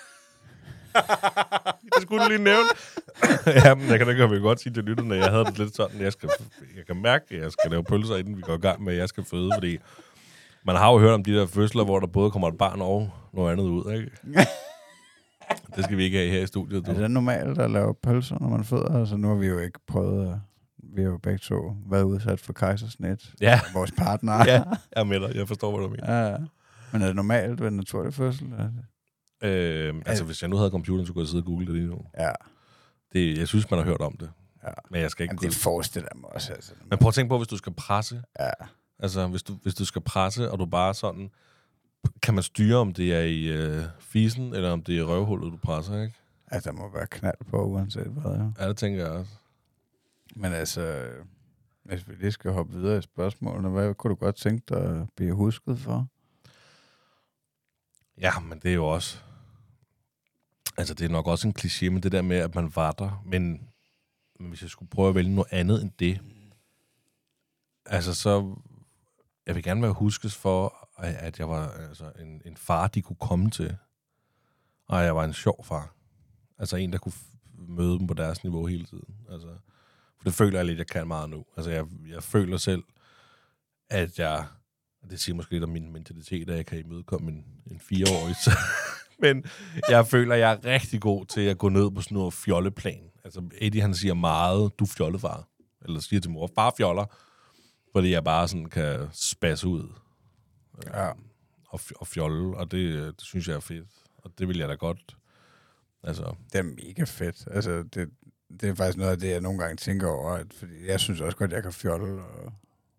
Det skulle du lige nævne. Jamen, jeg kan da ikke godt sige til lytterne, at jeg havde det lidt sådan, at jeg, skal, jeg kan mærke, at jeg skal lave pølser, inden vi går i gang med, at jeg skal føde, fordi man har jo hørt om de der fødsler, hvor der både kommer et barn og noget andet ud, ikke? Det skal vi ikke have her i studiet. Du. Er det normalt at lave pølser, når man føder? Altså, nu har vi jo ikke prøvet, vi har jo begge to været udsat for kejsersnit. Ja. Vores partner. Ja, jeg er med dig. Jeg forstår, hvad du mener. Ja, men er det normalt ved en naturlig fødsel? Øh, altså, hvis jeg nu havde computeren, så kunne jeg sidde og google det lige nu. Ja. Det, jeg synes, man har hørt om det. Ja. Men jeg skal ikke... Jamen, det forestiller mig også. Altså. Men prøv at tænke på, hvis du skal presse. Ja. Altså, hvis du, hvis du skal presse, og du bare sådan... Kan man styre, om det er i øh, fisen, eller om det er i røvhullet, du presser, ikke? Ja, der må være knald på, uanset hvad. Ja, ja det tænker jeg også. Men altså, hvis vi lige skal hoppe videre i spørgsmålene, hvad kunne du godt tænke dig at blive husket for? Ja, men det er jo også... Altså, det er nok også en kliché med det der med, at man var der. Men, men hvis jeg skulle prøve at vælge noget andet end det, altså så... Jeg vil gerne være huskes for, at jeg var altså, en, en far, de kunne komme til. Og jeg var en sjov far. Altså en, der kunne f- møde dem på deres niveau hele tiden. Altså, for det føler jeg lidt, jeg kan meget nu. Altså jeg, jeg føler selv, at jeg... Det siger måske lidt om min mentalitet, at jeg kan imødekomme en, en fireårig. Men jeg føler, at jeg er rigtig god til at gå ned på sådan noget fjolleplan. Altså Eddie, han siger meget, du fjollefar. Eller siger til mor, far fjoller. Fordi jeg bare sådan kan spasse ud. Ja. Og, og fjolle, og det, det synes jeg er fedt. Og det vil jeg da godt. Altså. Det er mega fedt. Altså, det, det er faktisk noget af det, jeg nogle gange tænker over. At, fordi jeg synes også godt, at jeg kan fjolle og,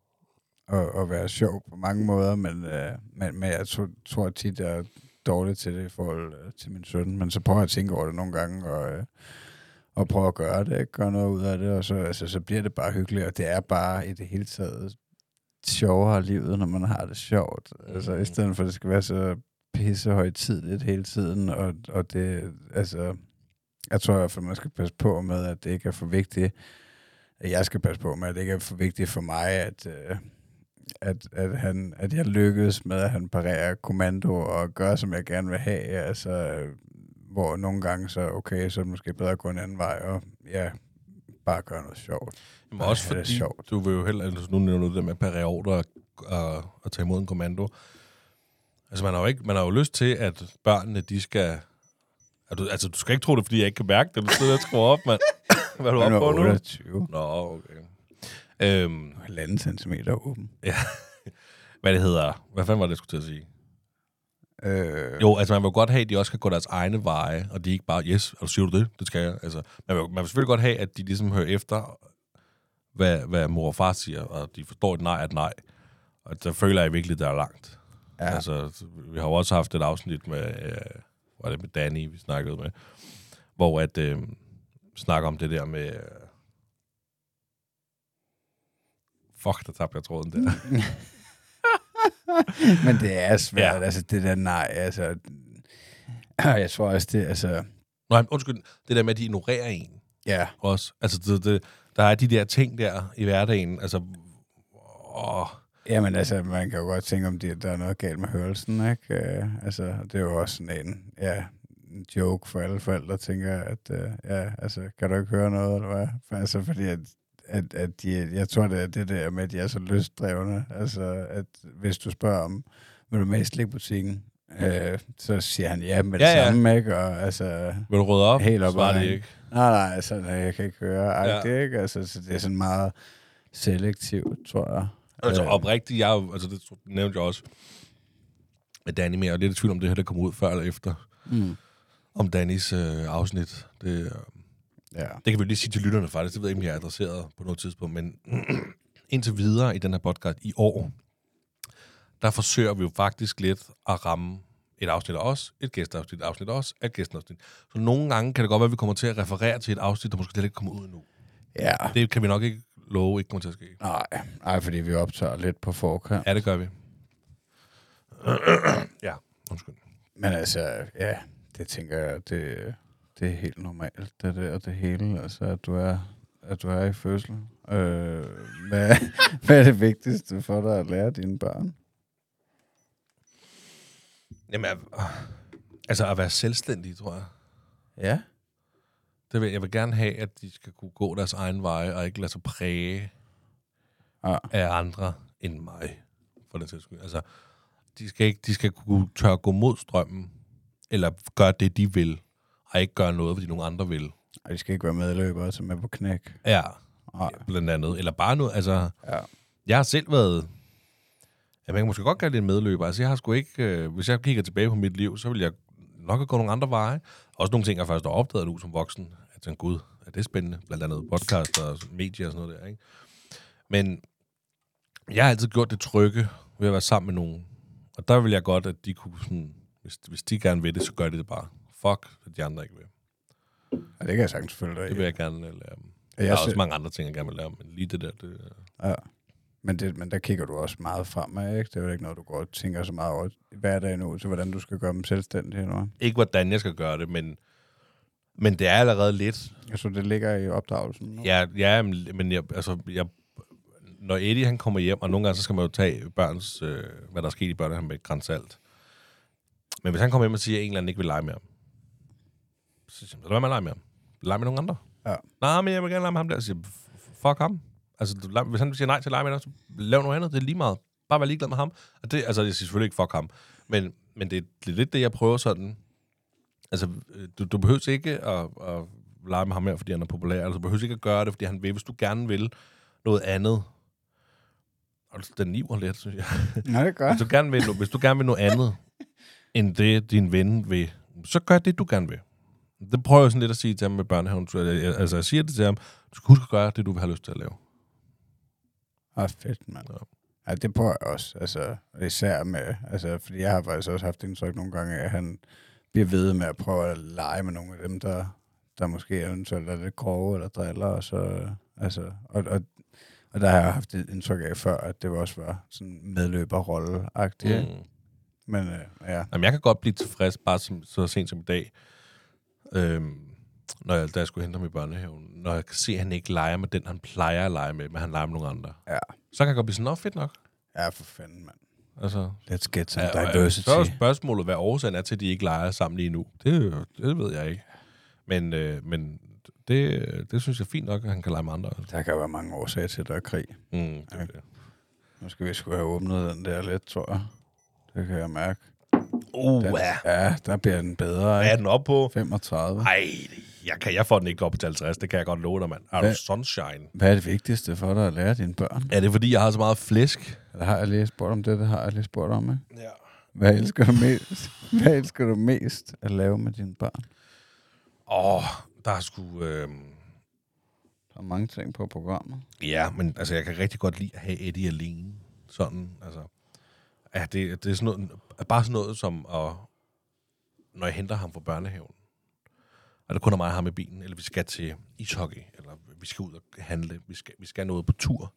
og, og være sjov på mange måder, men, øh, men, men jeg tror, tror tit, jeg er dårlig til det i forhold øh, til min søn. Men så prøver jeg at tænke over det nogle gange, og, øh, og prøve at gøre det, ikke? Gøre noget ud af det, og så, altså, så bliver det bare hyggeligt, og det er bare i det hele taget sjovere livet, når man har det sjovt. Altså, i stedet for, at det skal være så pissehøjtideligt hele tiden, og, og det, altså, jeg tror i hvert fald, man skal passe på med, at det ikke er for vigtigt, at jeg skal passe på med, at det ikke er for vigtigt for mig, at, at, at, han, at jeg lykkes med, at han parerer kommando og gør, som jeg gerne vil have, altså, hvor nogle gange så, okay, så er det måske bedre at gå en anden vej, og ja, bare gøre noget sjovt. Men også fordi, sjovt. Du vil jo heller, altså nu nævner du det med at parere ordre og, og, og tage imod en kommando. Altså man har jo ikke, man har jo lyst til, at børnene, de skal... Du, altså du skal ikke tro det, fordi jeg ikke kan mærke det. Du sidder og skruer op, mand. Hvad er du oppe på nu? otteogtyve. Nå, okay. Øhm, halvanden centimeter åben. Ja. Hvad det hedder? Hvad fanden var det, jeg skulle til at sige? Øh... Jo, altså man vil godt have, at de også kan gå deres egne veje, og de ikke bare, yes, og siger du det? Det skal jeg. Altså, man, vil, man vil selvfølgelig godt have, at de ligesom hører efter, hvad, hvad mor og far siger, og de forstår, at nej er et nej. Og der føler jeg virkelig, der er langt. Ja. Altså, vi har jo også haft et afsnit med, øh, var det med Danny, vi snakkede med, hvor at øh, snakker om det der med... Øh, fuck, der tabte jeg tråden der. Men det er svært, ja. Altså det der nej, altså... Jeg tror også, det altså... Nå, undskyld, det der med, at de ignorerer en. Ja. Også. Altså, det, det, der er de der ting der i hverdagen, altså... Åh... Jamen altså, man kan jo godt tænke om, det, der er noget galt med hørelsen, ikke? Uh, altså, det er jo også sådan en, ja, en joke for alle forældre, tænker at, uh, ja, altså, kan du ikke høre noget, eller hvad? For, altså, fordi at, at, at de, jeg tror, det er det der med, at de er så lystdrevne. Altså, at hvis du spørger om, vil du med i slikbutikken? Øh, så siger han ja med det Ja, ja. samme, ikke? Og altså... Vil du rydde op? Helt op Svarer ad det en. ikke. Nej, nej, altså, nej, jeg kan ikke høre. Ej, Ja. det er ikke, altså, så det er sådan meget selektivt, tror jeg. Altså Øh, oprigtigt, jeg, er jo- altså det nævnte jeg også med Danny mere, og lidt i tvivl om det her, der kommer ud før eller efter, mm, om Dannys øh, afsnit. Det, øh, ja. det kan vi lige sige til lytterne faktisk, det ved jeg ikke, om jeg er adresseret på noget tidspunkt, men indtil videre i den her podcast i år, der forsøger vi jo faktisk lidt at ramme et afsnit af os, et gæsteafsnit, et afsnit af os, et gæsteafsnit. Så nogle gange kan det godt være, at vi kommer til at referere til et afsnit, der måske slet ikke kommer ud endnu. Ja. Det kan vi nok ikke love, ikke kommer til at ske. Nej, nej, fordi vi optager lidt på forkant. Ja, det gør vi. Ja, undskyld. Men altså, ja, det tænker jeg, det, det er helt normalt, det der, det hele. Altså, at du er, at du er i fødsel. Øh, hvad, hvad er det vigtigste for dig at lære dine børn? Jamen, altså at være selvstændig, tror jeg. Ja. Det vil, jeg vil gerne have, at de skal kunne gå deres egen veje, og ikke lade sig præge Ja. af andre end mig, for den sags skyld. Altså, de skal, ikke, de skal kunne tør gå mod strømmen, eller gøre det, de vil, og ikke gøre noget, fordi nogen andre vil. Og de skal ikke være medløbere, som er på knæk. Ja, Nej. blandt andet. Eller bare noget, altså... Ja. Jeg har selv været... Ja, man kan måske godt kalde det en medløber. Altså, jeg har sgu ikke... Øh, hvis jeg kigger tilbage på mit liv, så vil jeg nok have gået nogle andre veje. Også nogle ting, jeg faktisk har opdaget nu som voksen. Jeg tænker, gud, er det spændende? Blandt andet podcast og medier og sådan noget der, ikke? Men jeg har altid gjort det trygge ved at være sammen med nogen. Og der vil jeg godt, at de kunne sådan... Hvis, hvis de gerne vil det, så gør de det bare. Fuck, at de andre ikke vil. Ja, det kan jeg sagtens følge dig i. Det vil jeg gerne lære dem. Jeg Der er selv- også mange andre ting, jeg gerne vil lære dem, men lige det der, det... Ja. Men, det, men der kigger du også meget fremad, ikke? Det er jo ikke noget, du går og tænker så meget over i hverdagen nu, til hvordan du skal gøre dem selvstændige, eller hvad? Ikke hvordan jeg skal gøre det, men, men det er allerede lidt. Altså, det ligger i opdragelsen nu? Ja, ja men men jeg, altså, jeg, når Eddie han kommer hjem, og nogle gange så skal man jo tage børns, øh, hvad der er sket i børnehaven med et gran salt. Men hvis han kommer hjem og siger, at en eller anden ikke vil lege med ham, så siger jeg, så lad mig lege med ham. Lege med nogle andre. Ja. Nej, men jeg vil gerne lege med ham der. Så siger jeg, fuck ham. Altså, du, lege- hvis han siger nej til at lege med dig, så lav noget andet. Det er lige meget. Bare vær ligeglad med ham. Og det, altså, jeg siger selvfølgelig ikke fuck ham. Men, men det, det er lidt det, jeg prøver sådan. Altså, du, du behøver ikke at, at lege med ham her, fordi han er populær. Altså, du behøver ikke at gøre det, fordi han vil. Hvis du gerne vil noget andet. Altså, den niver lidt, synes jeg. Nej, det gør. Hvis du gerne vil, hvis du gerne vil noget andet, end det, din ven vil, så gør det, du gerne vil. Det prøver jeg sådan lidt at sige til ham med børnehaven. Altså, jeg siger det til ham. Du skal huske at gøre det, du vil have lyst til at lave. Ah, fedt, mand. Ja. Ja, det prøver jeg også. Altså, især med, altså, fordi jeg har faktisk også haft indtryk nogle gange af, at han bliver ved med at prøve at lege med nogle af dem, der, der måske eventuelt er lidt grove eller driller, og så, altså, og, og, og der har jeg haft et indtryk af før, at det også var sådan medløberrolle-agtigt. Mm. Mm. Men øh, ja, Jamen, jeg kan godt blive tilfreds, bare som, så sent som i dag, øhm, når jeg, da jeg skulle hente ham i børnehaven, når jeg kan se, at han ikke leger med den, han plejer at lege med, men han leger med nogle andre. ja, Så kan jeg godt blive sådan, nå, fedt nok. ja, for fanden, mand. Altså, Let's get some ja, og, diversity. så er spørgsmålet, hvad årsagen er til, at de ikke leger sammen lige nu. Det, det ved jeg ikke. Men, øh, men det, det synes jeg er fint nok, at han kan lege med andre. Altså. Der kan være mange årsager til, at der er krig. Mm, det, er det. Nu skal vi sgu have åbnet den der lidt, tror jeg. Det kan jeg mærke. Uh, Den, ja. ja, der bliver den bedre, Hvad er ikke? den op på? femogtredive. Ej, jeg, kan, jeg får den ikke op til halvtreds, det kan jeg godt love dig, mand. Er du Hvad? sunshine? Hvad er det vigtigste for dig at lære dine børn? Er det, fordi jeg har så meget flæsk? Eller har jeg lige spurgt om det? Det har jeg lige spurgt om, ikke? Ja. Hvad elsker du mest? Hvad elsker du mest at lave med dine børn? Åh, oh, der er sgu... Øh... Der er mange ting på programmet. Ja, men altså, jeg kan rigtig godt lide at have Eddie alene. Sådan, altså... Ja, det, det er sådan noget, bare sådan noget som, at, når jeg henter ham fra børnehaven, og der kun er mig og ham i bilen, eller vi skal til ishockey, eller vi skal ud og handle, vi skal, vi skal noget på tur,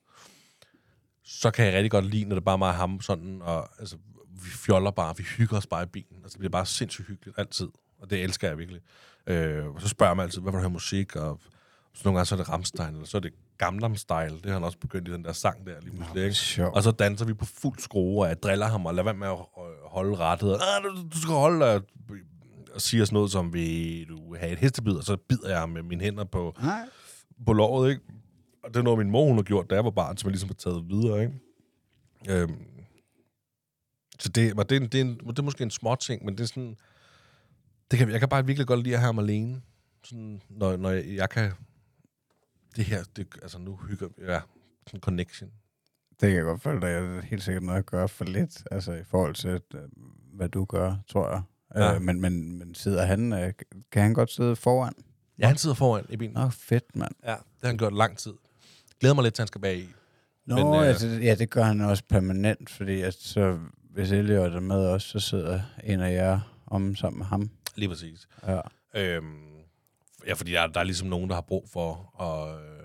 så kan jeg rigtig godt lide, når det bare er mig og ham sådan, og altså, vi fjoller bare, vi hygger os bare i bilen, altså det bliver bare sindssygt hyggeligt, altid, og det elsker jeg virkelig. Øh, og så spørger man altid, hvad vil du høre musik, og så nogle gange så er det Rammstein, eller så er det Gangnam Style, det har han også begyndt i den der sang der lige pludselig, ikke? Sjovt. Og så danser vi på fuld skrue, og jeg driller ham, og lader være med at holde rettet. Ah, du, du skal holde, og, og siger sådan noget som, vil du have et hestebid, og så bider jeg ham med mine hænder på, Nej. på låret, ikke? Og det er noget, min mor hun har gjort, da jeg var barn, som jeg ligesom har taget videre, ikke? Øhm, Så det, det, er, det, er en, det er måske en små ting, men det er sådan... Det kan, jeg kan bare virkelig godt lide at have ham alene. Sådan, når, når jeg, jeg kan... Det her, det, altså nu hygger vi... Ja, sådan en connection. Det kan jeg godt føle, at jeg helt sikkert noget at gøre for lidt, altså i forhold til, hvad du gør, tror jeg. Ja. Øh, men, men, men sidder han, øh, kan han godt sidde foran? Ja, han sidder foran i bilen. Nå, fedt, mand. Ja, det har han gjort lang tid. Glæder mig lidt til, han skal bag i. Nå, Men, øh, altså, ja, det gør han også permanent, fordi at så, hvis Elliot er med også, så sidder en af jer om sammen med ham. Lige præcis. Ja. Øhm, ja, fordi der, der er ligesom nogen, der har brug for at... Øh,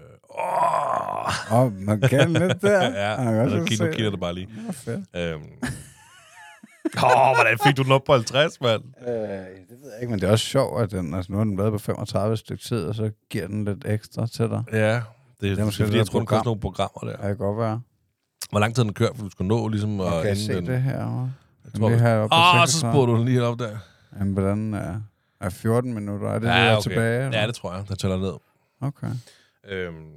åh! Åh, oh, man kan lidt der. Ja, Han kan nu også kigger, se nu kigger det bare lige. Ja, fedt. Øhm. Åh, oh, hvordan fik du den op på halvtreds, mand? Øh, det ved jeg ikke, men det er også sjovt, at den, altså, nu har den været på femogtredive stykke tid, og så giver den lidt ekstra til dig. Ja, det, det er måske, fordi jeg tror, den koster nogle programmer der. Ja, det kan godt være. Hvor lang tid den kørt, for du skal nå ligesom... Jeg kan se den, det her. Jeg tror, åh, oh, så spurgte du den lige op der. Jamen, hvordan er, er fjorten minutter? Er det ja, det, okay. tilbage? Eller? Ja, det tror jeg, der tæller ned. Okay. Øhm.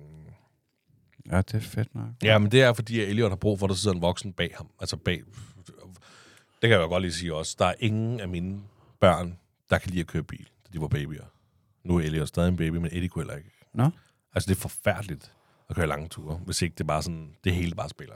Ja, det er fedt nok. Ja, men det er, fordi Elliot har brug for, at der sidder en voksen bag ham. Altså bag... Det kan jeg jo godt lige sige også. Der er ingen af mine børn, der kan lide at køre bil, da de var babyer. Nu er Elliot stadig en baby, men Eddie kunne heller ikke. Nå? Altså, det er forfærdeligt at køre lange ture, hvis ikke det bare sådan, det hele bare spiller.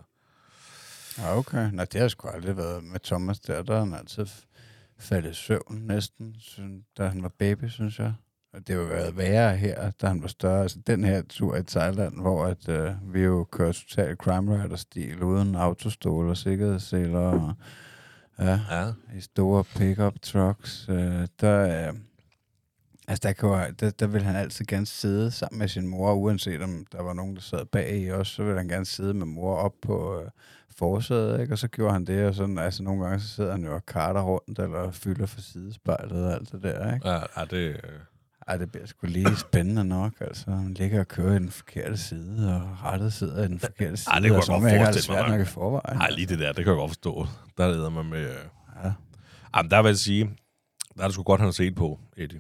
Ja, okay. Nå, det har sgu aldrig været med Thomas der. Der har han altid faldet i søvn næsten, da han var baby, synes jeg. Og det har jo været værre her, da han var større. Altså den her tur i Thailand, hvor at, øh, vi jo kører total crime rider-stil uden autostol og sikkerhedsseler og ja, ja. i store pickup trucks. Øh, der, øh, altså der, kan, der, der vil han altid gerne sidde sammen med sin mor, uanset om der var nogen, der sad bag i også, så vil han gerne sidde med mor op på øh, forsædet, ikke? Og så gjorde han det, og sådan, altså nogle gange så sidder han jo og karter rundt, eller fylder for sidespejlet og alt det der, ikke? Ja, ja det... Øh... Ej, det bliver sgu lige spændende nok, altså. Han ligger og kører i den forkerte side, og rettet sidder i den forkerte side. Ej, det kunne jeg godt forestille mig. Svært nok i forvejen. Ej, lige det der, det kan jeg godt forstå. Der leder man med... Ja. Jamen, der vil jeg sige, der er det sgu godt, han har set på, Eddie.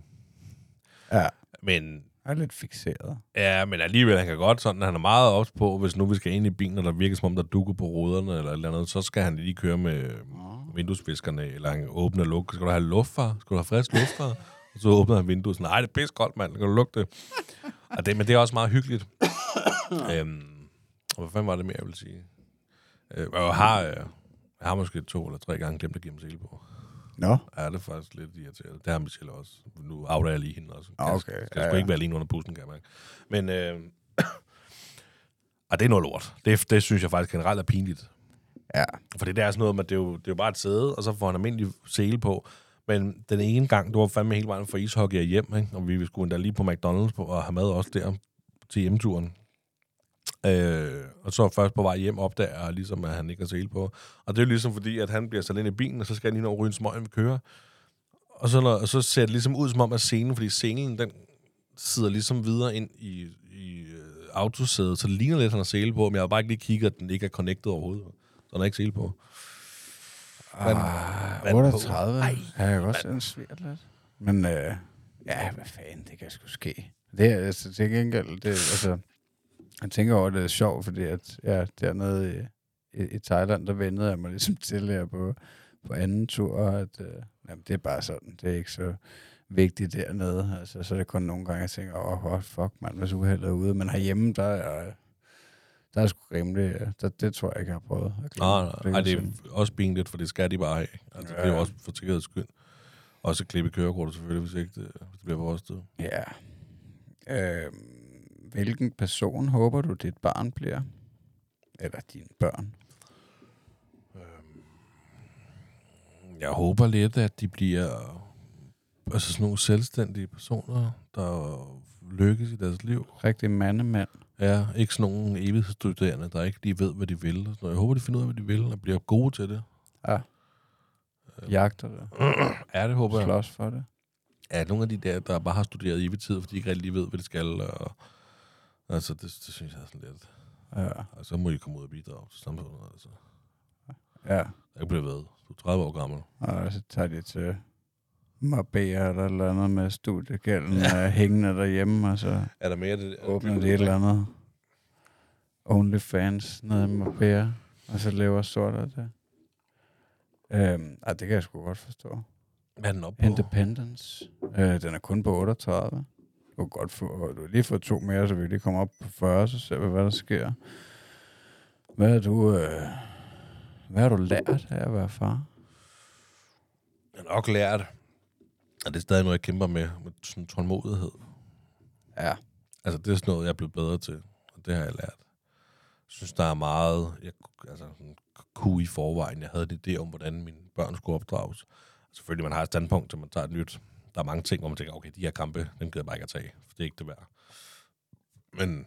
Ja. Men... Jeg er lidt fixeret. Ja, men alligevel, han kan godt sådan, han er meget ops på, hvis nu vi skal ind i bilen, og der virker som om, der dukker på ruderne eller et eller andet, så skal han lige køre med oh. vinduesviskerne, eller han åbner og lukker. Skal du have luft fra? Skal du have frisk luft fra? Og så åbner han vinduet. Nej, det er pisse koldt, mand. Kan du lugte det? Og det? Men det er også meget hyggeligt. øhm, og hvad fanden var det mere, jeg vil sige? Øh, jeg, har, øh, jeg har måske to eller tre gange glemt at give ham sele på. Nå? No. Ja, det er faktisk lidt irriterende. Det har Michelle også. Nu afdager jeg lige hende også. Okay. Jeg skal, skal ja, sgu ja. ikke være lige under bussen, kan jeg mærke. Men øh, og det er noget lort. Det, det synes jeg faktisk generelt er pinligt. Ja. For det der er sådan noget, at det er, jo, det er jo bare et sæde, og så får han almindelig sele på. Men den ene gang, du var fandme hele vejen fra ishockey hjem, ikke? Og vi skulle endda lige på McDonald's på, og have mad også der til hjemturen. Øh, og så først på vej hjem opdager jeg ligesom, at han ikke har sele på. Og det er jo ligesom fordi, at han bliver sat ind i bilen, og så skal han lige nå at ryge en smøg, vi kører. Og så, når, og så ser det ligesom ud som om, at scenen, fordi scenen, den sidder ligesom videre ind i, i uh, autosædet, så det ligner lidt, at han har sele på, men jeg har bare ikke lige kigget, at den ikke er connected overhovedet. Så han har ikke sele på. Vand, ah, otteogtredive. Ej, jeg kan godt se den svært lidt. Men øh, ja, hvad fanden, det kan sgu ske. Det er altså til gengæld, det, altså, jeg tænker over, det er sjovt, fordi at, ja, dernede i, i, i Thailand, der vendede jeg mig ligesom til her på, på anden tur, at øh, jamen, det er bare sådan, det er ikke så vigtigt dernede. Altså, så er det kun nogle gange, jeg tænker, åh, oh, fuck, man, hvis uheldet er ude. Men herhjemme, der er der er sgu rimelig, der, det tror jeg ikke, jeg har prøvet. Nej, nej, nej, det er også pinligt, for det skal de bare have. Altså, ja. Det er jo også for sikkerheds skyld. Også at klippe kørekortet selvfølgelig, hvis ikke det, hvis det bliver påstået. Ja. Øh, hvilken person håber du, dit barn bliver? Eller dine børn? Øhm, jeg håber lidt, at de bliver altså sådan nogle selvstændige personer, der lykkes i deres liv. Rigtig mandemand. Ja, ikke sådan nogle evighedsstuderende, der ikke lige ved, hvad de vil. Så jeg håber, de finder ud af, hvad de vil, og bliver gode til det. Ja. Jagter det. Ja, det håber jeg. Slås for det. Ja, nogle af de der, der bare har studeret evig tid, fordi de ikke rigtig lige ved, hvad de skal. Og, altså, det, det synes jeg er sådan lidt. Ja. Og så må de komme ud og bidrage til samfundet. Altså. Ja. Jeg bliver ved. Du er tredive år gammel. Og så tager de til Marbella eller et eller andet med studiegælden ja. hængende derhjemme, og så er der mere det, åbner de et eller andet OnlyFans nede i Marbella, og så lever sort af det. Øhm, ej, det kan jeg sgu godt forstå. Hvad er den oppe på? Independence. Øh, den er kun på otteogtredive. Du kan godt få, du har lige fået to mere, så vi lige kommer op på fyrre, så ser vi, hvad der sker. Hvad har du, øh, hvad har du lært af at være far? Jeg har nok lært, og det er stadig noget, jeg kæmper med, med sådan tålmodighed. Ja. Altså, det er sådan noget, jeg er blevet bedre til, og det har jeg lært. Jeg synes, der er meget, jeg altså, kunne i forvejen. Jeg havde en idé om, hvordan mine børn skulle opdrages. Selvfølgelig, man har et standpunkt, så man tager et nyt. Der er mange ting, hvor man tænker, okay, de her kampe, dem gider jeg bare ikke at tage, for det er ikke det værd. Men,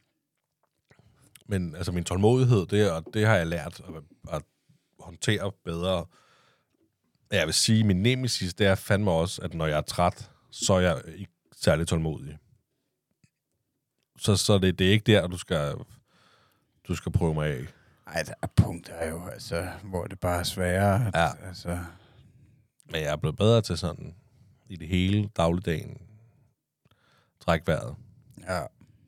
men altså, min tålmodighed, det, og det har jeg lært at, at håndtere bedre. Jeg vil sige, min nemesis, det er fandme også, at når jeg er træt, så er jeg ikke særlig tålmodig. Så, så det, det er ikke der, du skal, du skal prøve mig af. Ej, der er punkter jo, altså, hvor det bare er sværere. At, Ja. Altså. Men jeg er blevet bedre til sådan, i det hele dagligdagen, træk vejret. Ja.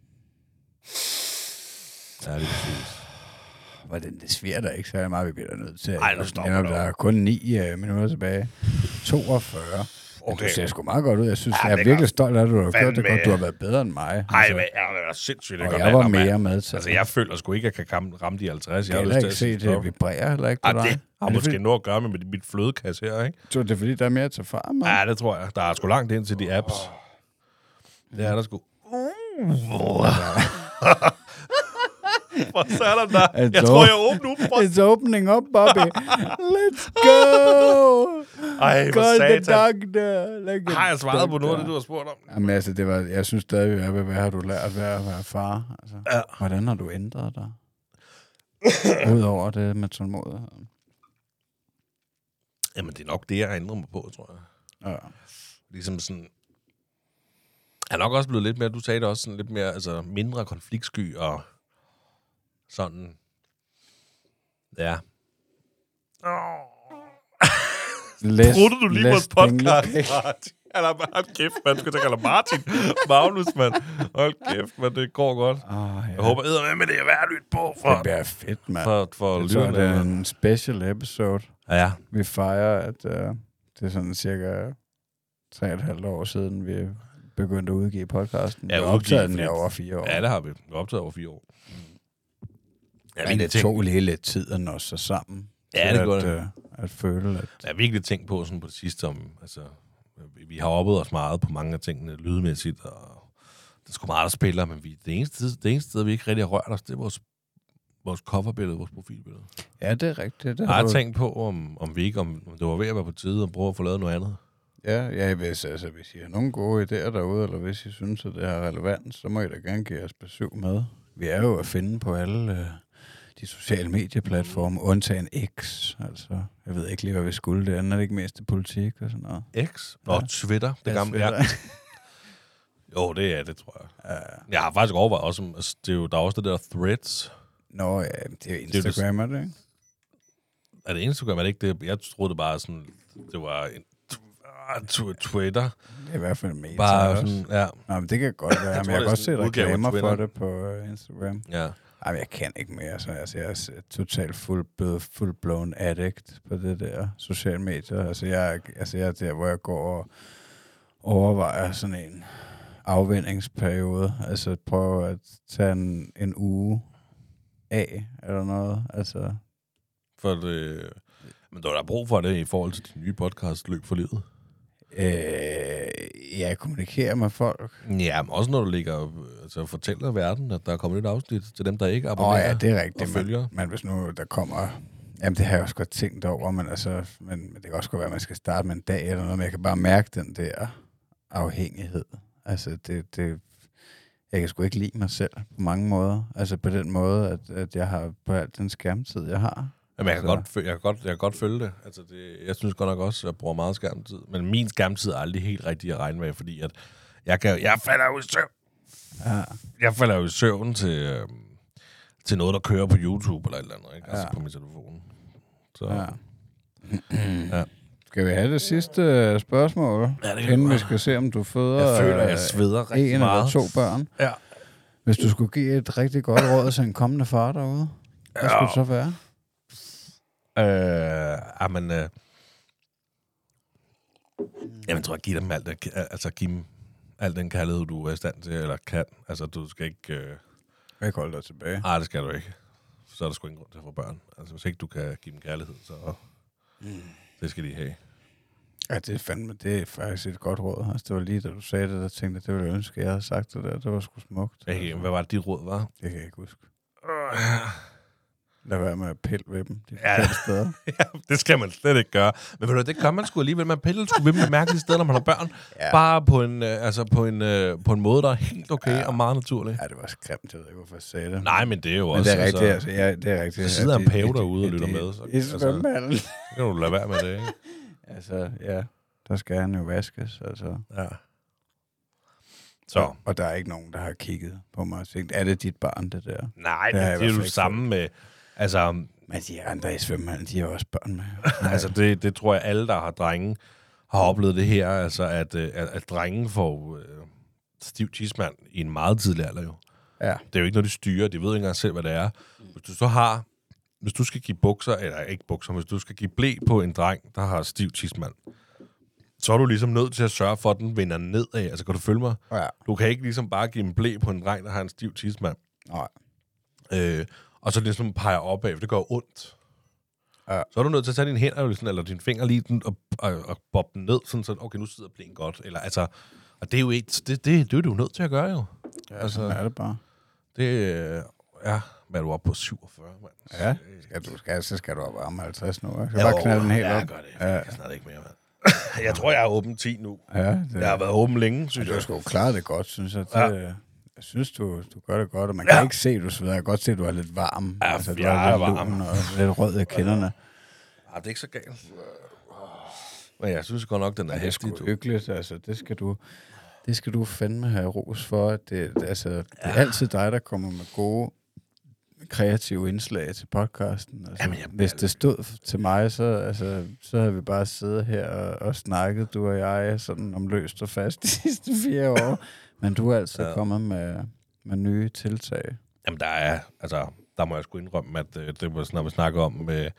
Ja, det er præcis. Hvordan det sviger der ikke så meget, vi bliver nødt til. Ej, nu stopper Netop, du. der er kun ni uh, minutter tilbage. toogfyrre. Okay. Okay. Du ser sgu meget godt ud. Jeg synes, Ja, jeg er det virkelig gør stolt af, at du har gjort det fandme. godt. Du har været bedre end mig. Ej, altså. men jeg er sindssygt. Og godt jeg var lander, mere mand. med til. Altså, jeg føler sgu ikke, at jeg kan ramme de halvtreds. Jeg Jeg har har heller lyst til ikke at set, sige at det vibrerer heller ikke på Ah, dig. det har Er det måske fordi- noget at gøre med mit, mit flødekasse her, ikke? Så det er fordi, der er mere til far, man. Ja, det tror jeg. Der er sgu langt ind til de apps. Det er der sgu. Hvor satan der? It's Jeg tror, over. jeg åbner nu. For... It's opening up, Bobby. Let's go! Ej, hvor Call the satan. doctor. Like Har jeg svaret på noget af det, du har spurgt om? Jamen altså, det var, jeg synes stadig, hvad, hvad har du lært ved at være far? Altså, Ja. hvordan har du ændret dig? Udover det med tålmodighed. Jamen, det er nok det, jeg har ændret mig på, tror jeg. Ja. Ligesom sådan... Jeg er nok også blevet lidt mere, du sagde det også, sådan lidt mere, altså mindre konfliktsky og sådan... Ja. Læs, Brudte du lige læs vores podcast, penge. Martin? Eller hold kæft, man. Skal jeg kalde Martin? Magnus, mand. Hold kæft, man. Det går godt. Oh, ja. Jeg håber eddermame, med det er værd at lytte på for, Det bliver fedt, mand. for, for Så er det lytterne. en special episode. Ja, Vi fejrer, at uh, det er sådan cirka tre og et halvt år siden, vi begyndte at udgive podcasten. Ja, Vi har udgive, optaget den i fordi- over fire år. ja, det har vi. Vi har optaget over fire år. Ja, Men vi det tænkt, tog lige lidt tid at nå sig sammen. Ja, til det gjorde at, det. uh, at føle, at... jeg har virkelig tænkt på sådan på det sidste om, altså, vi- vi har oppet os meget på mange af tingene, lydmæssigt, og det er sgu meget, der spiller, men vi, det, eneste, det eneste sted, vi ikke rigtig har rørt os, det er vores, vores coverbillede, vores profilbillede. Ja, det er rigtigt. Det Jeg har har du- tænkt på, om, om vi ikke, om, om det var ved at være på tide at prøve at få lavet noget andet. Ja, ja hvis, altså, hvis I har nogle gode idéer derude, eller hvis I synes, at det har relevans, så må I da gerne give os besøg med. Vi er jo at finde på alle øh, de sociale medieplatforme, undtagen X. Altså, jeg ved ikke lige, hvad vi skulle. Det er det ikke mest til politik og sådan noget. X og Ja. Twitter, det Ja, gamle. Twitter. Ja. Jo, det er det, tror jeg. Ja. Jeg har faktisk overvejet også, om- altså, det er jo, der er også det der Threads. Nå, ja, det er jo Det er jo Instagram, er det ikke? Er det Instagram, er det ikke det? Jeg troede det bare sådan, det var en ah, tw- Twitter. Det er i hvert fald meta Bare også. sådan, ja. Nå, men det kan godt være, Jeg men tror, jeg det kan er også se sådan en udgave af reklamer for Twitter. det på uh, Instagram. Ja. Ej, men jeg kan ikke mere, så altså, jeg er s- totalt full, blevet full-blown addict på det der sociale medier. Altså, jeg, er- altså, jeg er der, hvor jeg går og overvejer sådan en afvindingsperiode. Altså, prøve at tage en, en uge af, eller noget. Altså, For det, men der er der brug for det i forhold til de nye podcast, Løb for livet. øh, jeg kommunikerer med folk. Ja, men også når du ligger, altså fortæller verden, at der er kommet et afsnit til dem, der ikke Åh abonnerer. oh, ja, det er og rigtigt. følger. Men, men hvis nu der kommer... Jamen, det har jeg også godt tænkt over, men, altså, men, men det kan også godt være, at man skal starte med en dag eller noget, men jeg kan bare mærke den der afhængighed. Altså, det, det, jeg kan sgu ikke lide mig selv på mange måder. Altså, på den måde, at, at jeg har på alt den skærmtid, jeg har. Jamen, jeg kan, Så- godt, føl- jeg, kan godt, jeg kan godt følge det. Altså, det. Jeg synes godt nok også, at jeg bruger meget skærmtid. Men min skærmtid er aldrig helt rigtig at regne med, fordi at jeg, kan, jeg falder jo i søvn. Ja. Jeg falder jo i søvn til, øh, til noget, der kører på YouTube eller et eller andet, ikke? Altså Ja. på min telefon. Så, Ja. Ja. Skal vi have det sidste øh, spørgsmål? Ja, det kan inden vi vi godt. skal se, om du føder Jeg føler, øh, jeg sveder rigtig en meget. eller to børn. Ja. Hvis du skulle give et rigtig godt råd til en kommende far derude, hvad Ja. skulle det så være? Øh, jamen, øh, jamen, tror jeg, give dem alt, altså give dem alt den kærlighed, du er i stand til, eller kan. Altså, du skal ikke... Øh... Jeg kan holde dig tilbage. Nej, det skal du ikke. Så er der sgu ingen grund til at få børn. Altså, hvis ikke du kan give dem kærlighed, så mm. det skal de have. Ja, det er fandme, det er faktisk et godt råd. Altså, det var lige da du sagde det, der tænkte, det ville jeg ønske, jeg havde sagt det der. Det var sgu smukt. Hey, altså. Hvad var det, dit råd var? Det kan jeg ikke huske. Uh. Lad være med at pille ved dem, de ja. steder. Ja, det skal man slet ikke gøre. Men ved du, det gør man sgu alligevel. Man piller sgu ved dem mærkelige steder, når man har børn. Ja. Bare på en, øh, altså på, en, øh, på en måde, der er helt okay ja. og meget naturlig. Ja, det var skræmt. Jeg ved ikke, hvorfor jeg sagde det. Nej, men det er jo men også... det er rigtigt, altså, ja, det er rigtigt. Så sidder en pave derude og lytter med. Så, I svømmehallen. Altså, så kan du lade være med det, ikke? Altså, ja. Der skal han jo vaskes, altså. Ja. Så. Og der er ikke nogen, der har kigget på mig og tænkt, er det dit barn, det der? Nej, det, det er jo samme med... Altså, men de andre i svømmehallen, de har også børn med. altså, det, det tror jeg, alle, der har drenge, har oplevet det her. Altså, at, at, at drenge får øh, stiv tidsmand i en meget tidlig alder, jo. Ja. Det er jo ikke noget, de styrer. De ved ikke engang selv, hvad det er. Hvis du så har... Hvis du skal give bukser, eller ikke bukser, hvis du skal give blæ på en dreng, der har stiv tidsmand, så er du ligesom nødt til at sørge for, at den vender nedad. Altså, kan du følge mig? Ja. Du kan ikke ligesom bare give en blæ på en dreng, der har en stiv tidsmand. Nej. Øh, og så ligesom peger opad, for det gør ondt. Ja. Så er du nødt til at tage dine hænder, eller, sådan, eller dine fingre lige den, og, og, og bobbe den ned, sådan så, okay, nu sidder blæen godt. Eller, altså, og det er jo et, det, det, det er du nødt til at gøre, jo. Ja, altså, er det bare. Det øh, ja, hvad er du oppe på syvogfyrre, mand? Ja, skal du, skal, så skal du op varme halvtreds nu, ikke? Så bare knalde den helt ja, op. Ja, gør det. Jeg kan snart ikke mere, mand. Jeg tror, jeg er åben ti nu. Ja, det, jeg har været åben længe, synes jeg. Du skal jo klare det godt, synes jeg. Det, ja. Jeg synes, du, du gør det godt, og man kan ja. ikke se, du sveder. Jeg kan godt se, at du er lidt varm. Ja, altså, du jeg er, er varm. Og lidt rød i kinderne. Ja, det er ikke så galt. Men jeg synes godt nok, den er ja, hæftig. Det er hyggeligt, altså. Det skal du... Det skal du fandme have ros for. Det, det, altså, det er ja. altid dig, der kommer med gode, kreative indslag til podcasten. Altså, Jamen, hvis det stod til mig, så, altså, så havde vi bare siddet her og, og snakket, du og jeg, sådan om løst og fast de sidste fire år. Men du er altid ja. kommet med, med nye tiltag. Jamen, der er, altså, der må jeg sgu indrømme, at øh, det var sådan, når vi snakker om, øh,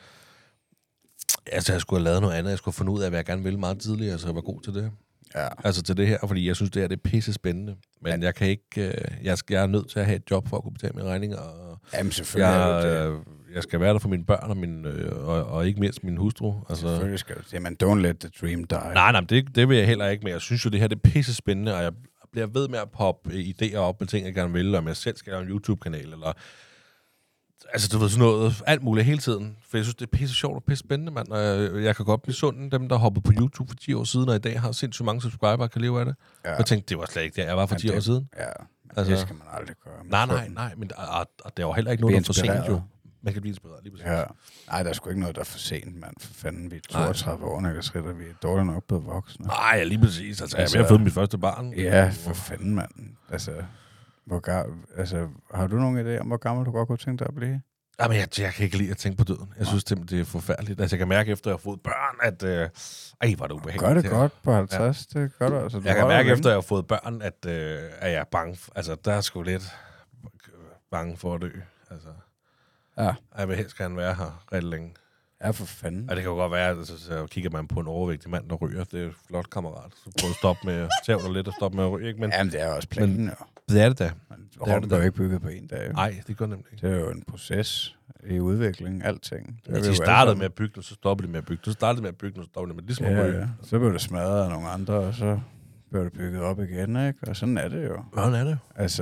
altså, jeg skulle have lavet noget andet. Jeg skulle have fundet ud af, hvad jeg gerne ville meget tidligere, så jeg var god til det. Ja. Altså til det her, fordi jeg synes, det er det pisse spændende. Men ja. jeg kan ikke, øh, jeg, skal, jeg er nødt til at have et job for at kunne betale mine regninger. Og Jamen selvfølgelig jeg, er det. Øh, jeg skal være der for mine børn og, min, øh, og, og ikke mindst min hustru. Altså, selvfølgelig skal du det, men don't let the dream die. Nej, nej, det, det vil jeg heller ikke, men jeg synes jo, det her det er pisse spændende, og jeg bliver ved med at poppe idéer op med ting, jeg gerne vil, om jeg selv skal have en YouTube-kanal, eller altså, du ved, sådan noget, alt muligt hele tiden. For jeg synes, det er pisse sjovt og pisse spændende, mand. Og jeg, jeg kan godt blive sundt, dem, der hoppede på YouTube for ti år siden, og i dag har sindssygt mange subscriber, kan leve af det. Ja. Jeg tænkte, det var slet ikke det, jeg var for men ti det, år siden. Ja, altså, det skal man aldrig gøre. Nej, nej, nej, men og, og det er jo heller ikke noget, der er for sent, jo. Man kan blive inspireret, lige præcis. Ja. Nej, der er sgu ikke noget, der er for sent, mand. For fanden, vi er toogtredive år, når jeg vi er dårligt nok blevet voksne. Nej, lige præcis. Altså, altså jeg har fået mit første barn. Ja, for fanden, mand. Altså, hvor gar- altså, har du nogen idé om, hvor gammel du godt kunne tænke dig at blive? Jamen, jeg, jeg kan ikke lide at tænke på døden. Jeg synes simpelthen, det er forfærdeligt. Altså, jeg kan mærke, efter jeg har fået børn, at... Øh, ej, var det ubehageligt. Gør det godt på halvtreds, ja. Det gør du altså. Du jeg kan mærke, efter jeg har fået børn, at, øh, at jeg er bange. For, altså, der er sgu lidt bange for at dø. Altså, ja. Jeg vil helst gerne være her ret længe. Ja, for fanden. Og det kan jo godt være, at altså, så kigger man på en overvægtig mand, der ryger. Det er et flot kammerat. Så prøv at stoppe med, tæv dig lidt og stoppe med at ryge. Ikke? Men, jamen, det er også planen, jo. Det er det da. Det er jo ikke bygget på en dag. Nej, det gør nemlig ikke. Det er jo en proces i udvikling, alting. Det de startede med at bygge den, så stoppede de med at bygge den. Så startede de med at bygge den, så stoppede de med ligesom ja, at ryge. Ja. Så blev det smadret af nogle andre, og så blev det bygget op igen, ikke? Og sådan er det jo. Sådan er det. Altså,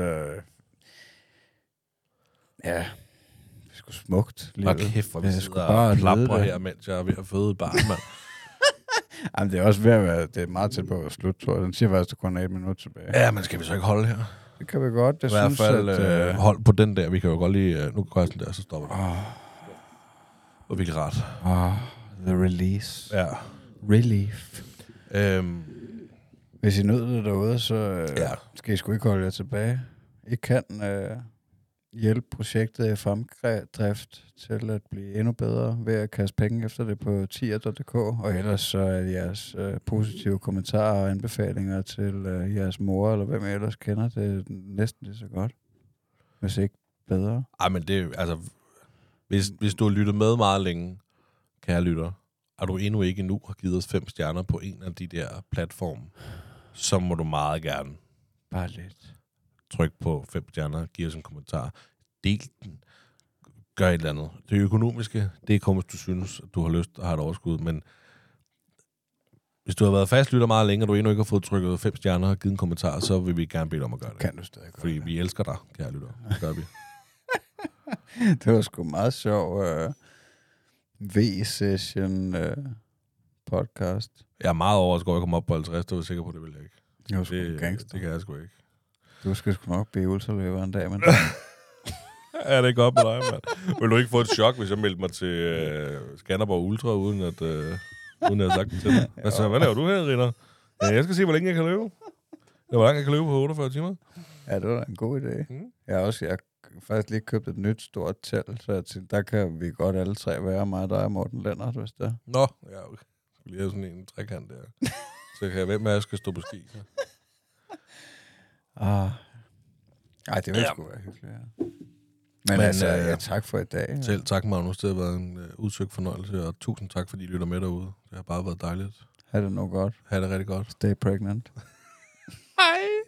ja, det er sgu smukt. Og kæft, hvor vi sidder og klapper her, mens jeg er ved at føde et barn, mand. Jamen, det er også ved at være, det er meget tæt på at slutte, tror jeg. Den siger faktisk, at der kun er et minut tilbage. Ja, men skal vi så ikke holde her? Det kan vi godt, det I synes hvert fald at, øh, hold på den der. Vi kan jo godt lige... Nu går jeg sådan der, så stopper det. Oh. Det var virkelig rart. Oh, the release. Ja. Relief. Øhm. Hvis I nød det derude, så øh, ja. skal I sgu ikke holde jer tilbage. I kan øh, hjælpe projektet i fremdrift til at blive endnu bedre ved at kaste penge efter det på tier punktum d k. Og ellers så er jeres øh, positive kommentarer og anbefalinger til øh, jeres mor, eller hvem I ellers kender, det er næsten lige så godt. Hvis ikke bedre. Ej, men det er altså... Hvis, hvis du har lyttet med meget længe, kære lytter, og du endnu ikke endnu har givet os fem stjerner på en af de der platforme, så må du meget gerne Bare lidt. tryk på fem stjerner, giv os en kommentar, del den, gør et eller andet. Det økonomiske, det er kun, hvis du synes, at du har lyst og har et overskud, men hvis du har været fastlytter meget længe, og du endnu ikke har fået trykket fem stjerner og givet en kommentar, så vil vi gerne bede dig om at gøre det. Kan du stadig gøre Fordi det. vi elsker dig, kære lytter. Det gør vi. Det var sgu meget sjov uh, V-session uh, podcast. Jeg er meget overrasket over at komme op på halvtreds, det var sikker på, det vil jeg ikke. Det var sgu Det, gangster. det kan jeg sgu ikke. Du skal sgu nok blive ultraløber en dag, men Er det ikke godt med dig, mand? Vil du ikke få et chok, hvis jeg meldte mig til øh, Skanderborg Ultra, uden at, øh, uden at jeg har sagt det til dig? Altså, hvad laver du her, Ritter? Ja, jeg skal se, hvor længe jeg kan løbe. Hvor langt jeg kan løbe på otteogfyrre timer. ja, det var da en god idé. Mm. Jeg har også jeg har faktisk lige købt et nyt stort telt, så jeg tænkte, der kan vi godt alle tre være, mig, dig og Morten Lennart, hvis det er. Nå, ja, okay. Jeg skal lige have sådan en trekant der. Så kan jeg hvem med, at jeg skal stå på ski. Så. Ah. Ej, det ville Ja. sgu være hyggeligt, ja. Men, Men, Men altså, øh, ja, tak for i dag. Selv tak, Magnus. Det har været en øh, udsøgt fornøjelse, og tusind tak, fordi I lytter med derude. Det har bare været dejligt. Ha' det nu godt. Ha' det rigtig godt. Stay pregnant. Hej!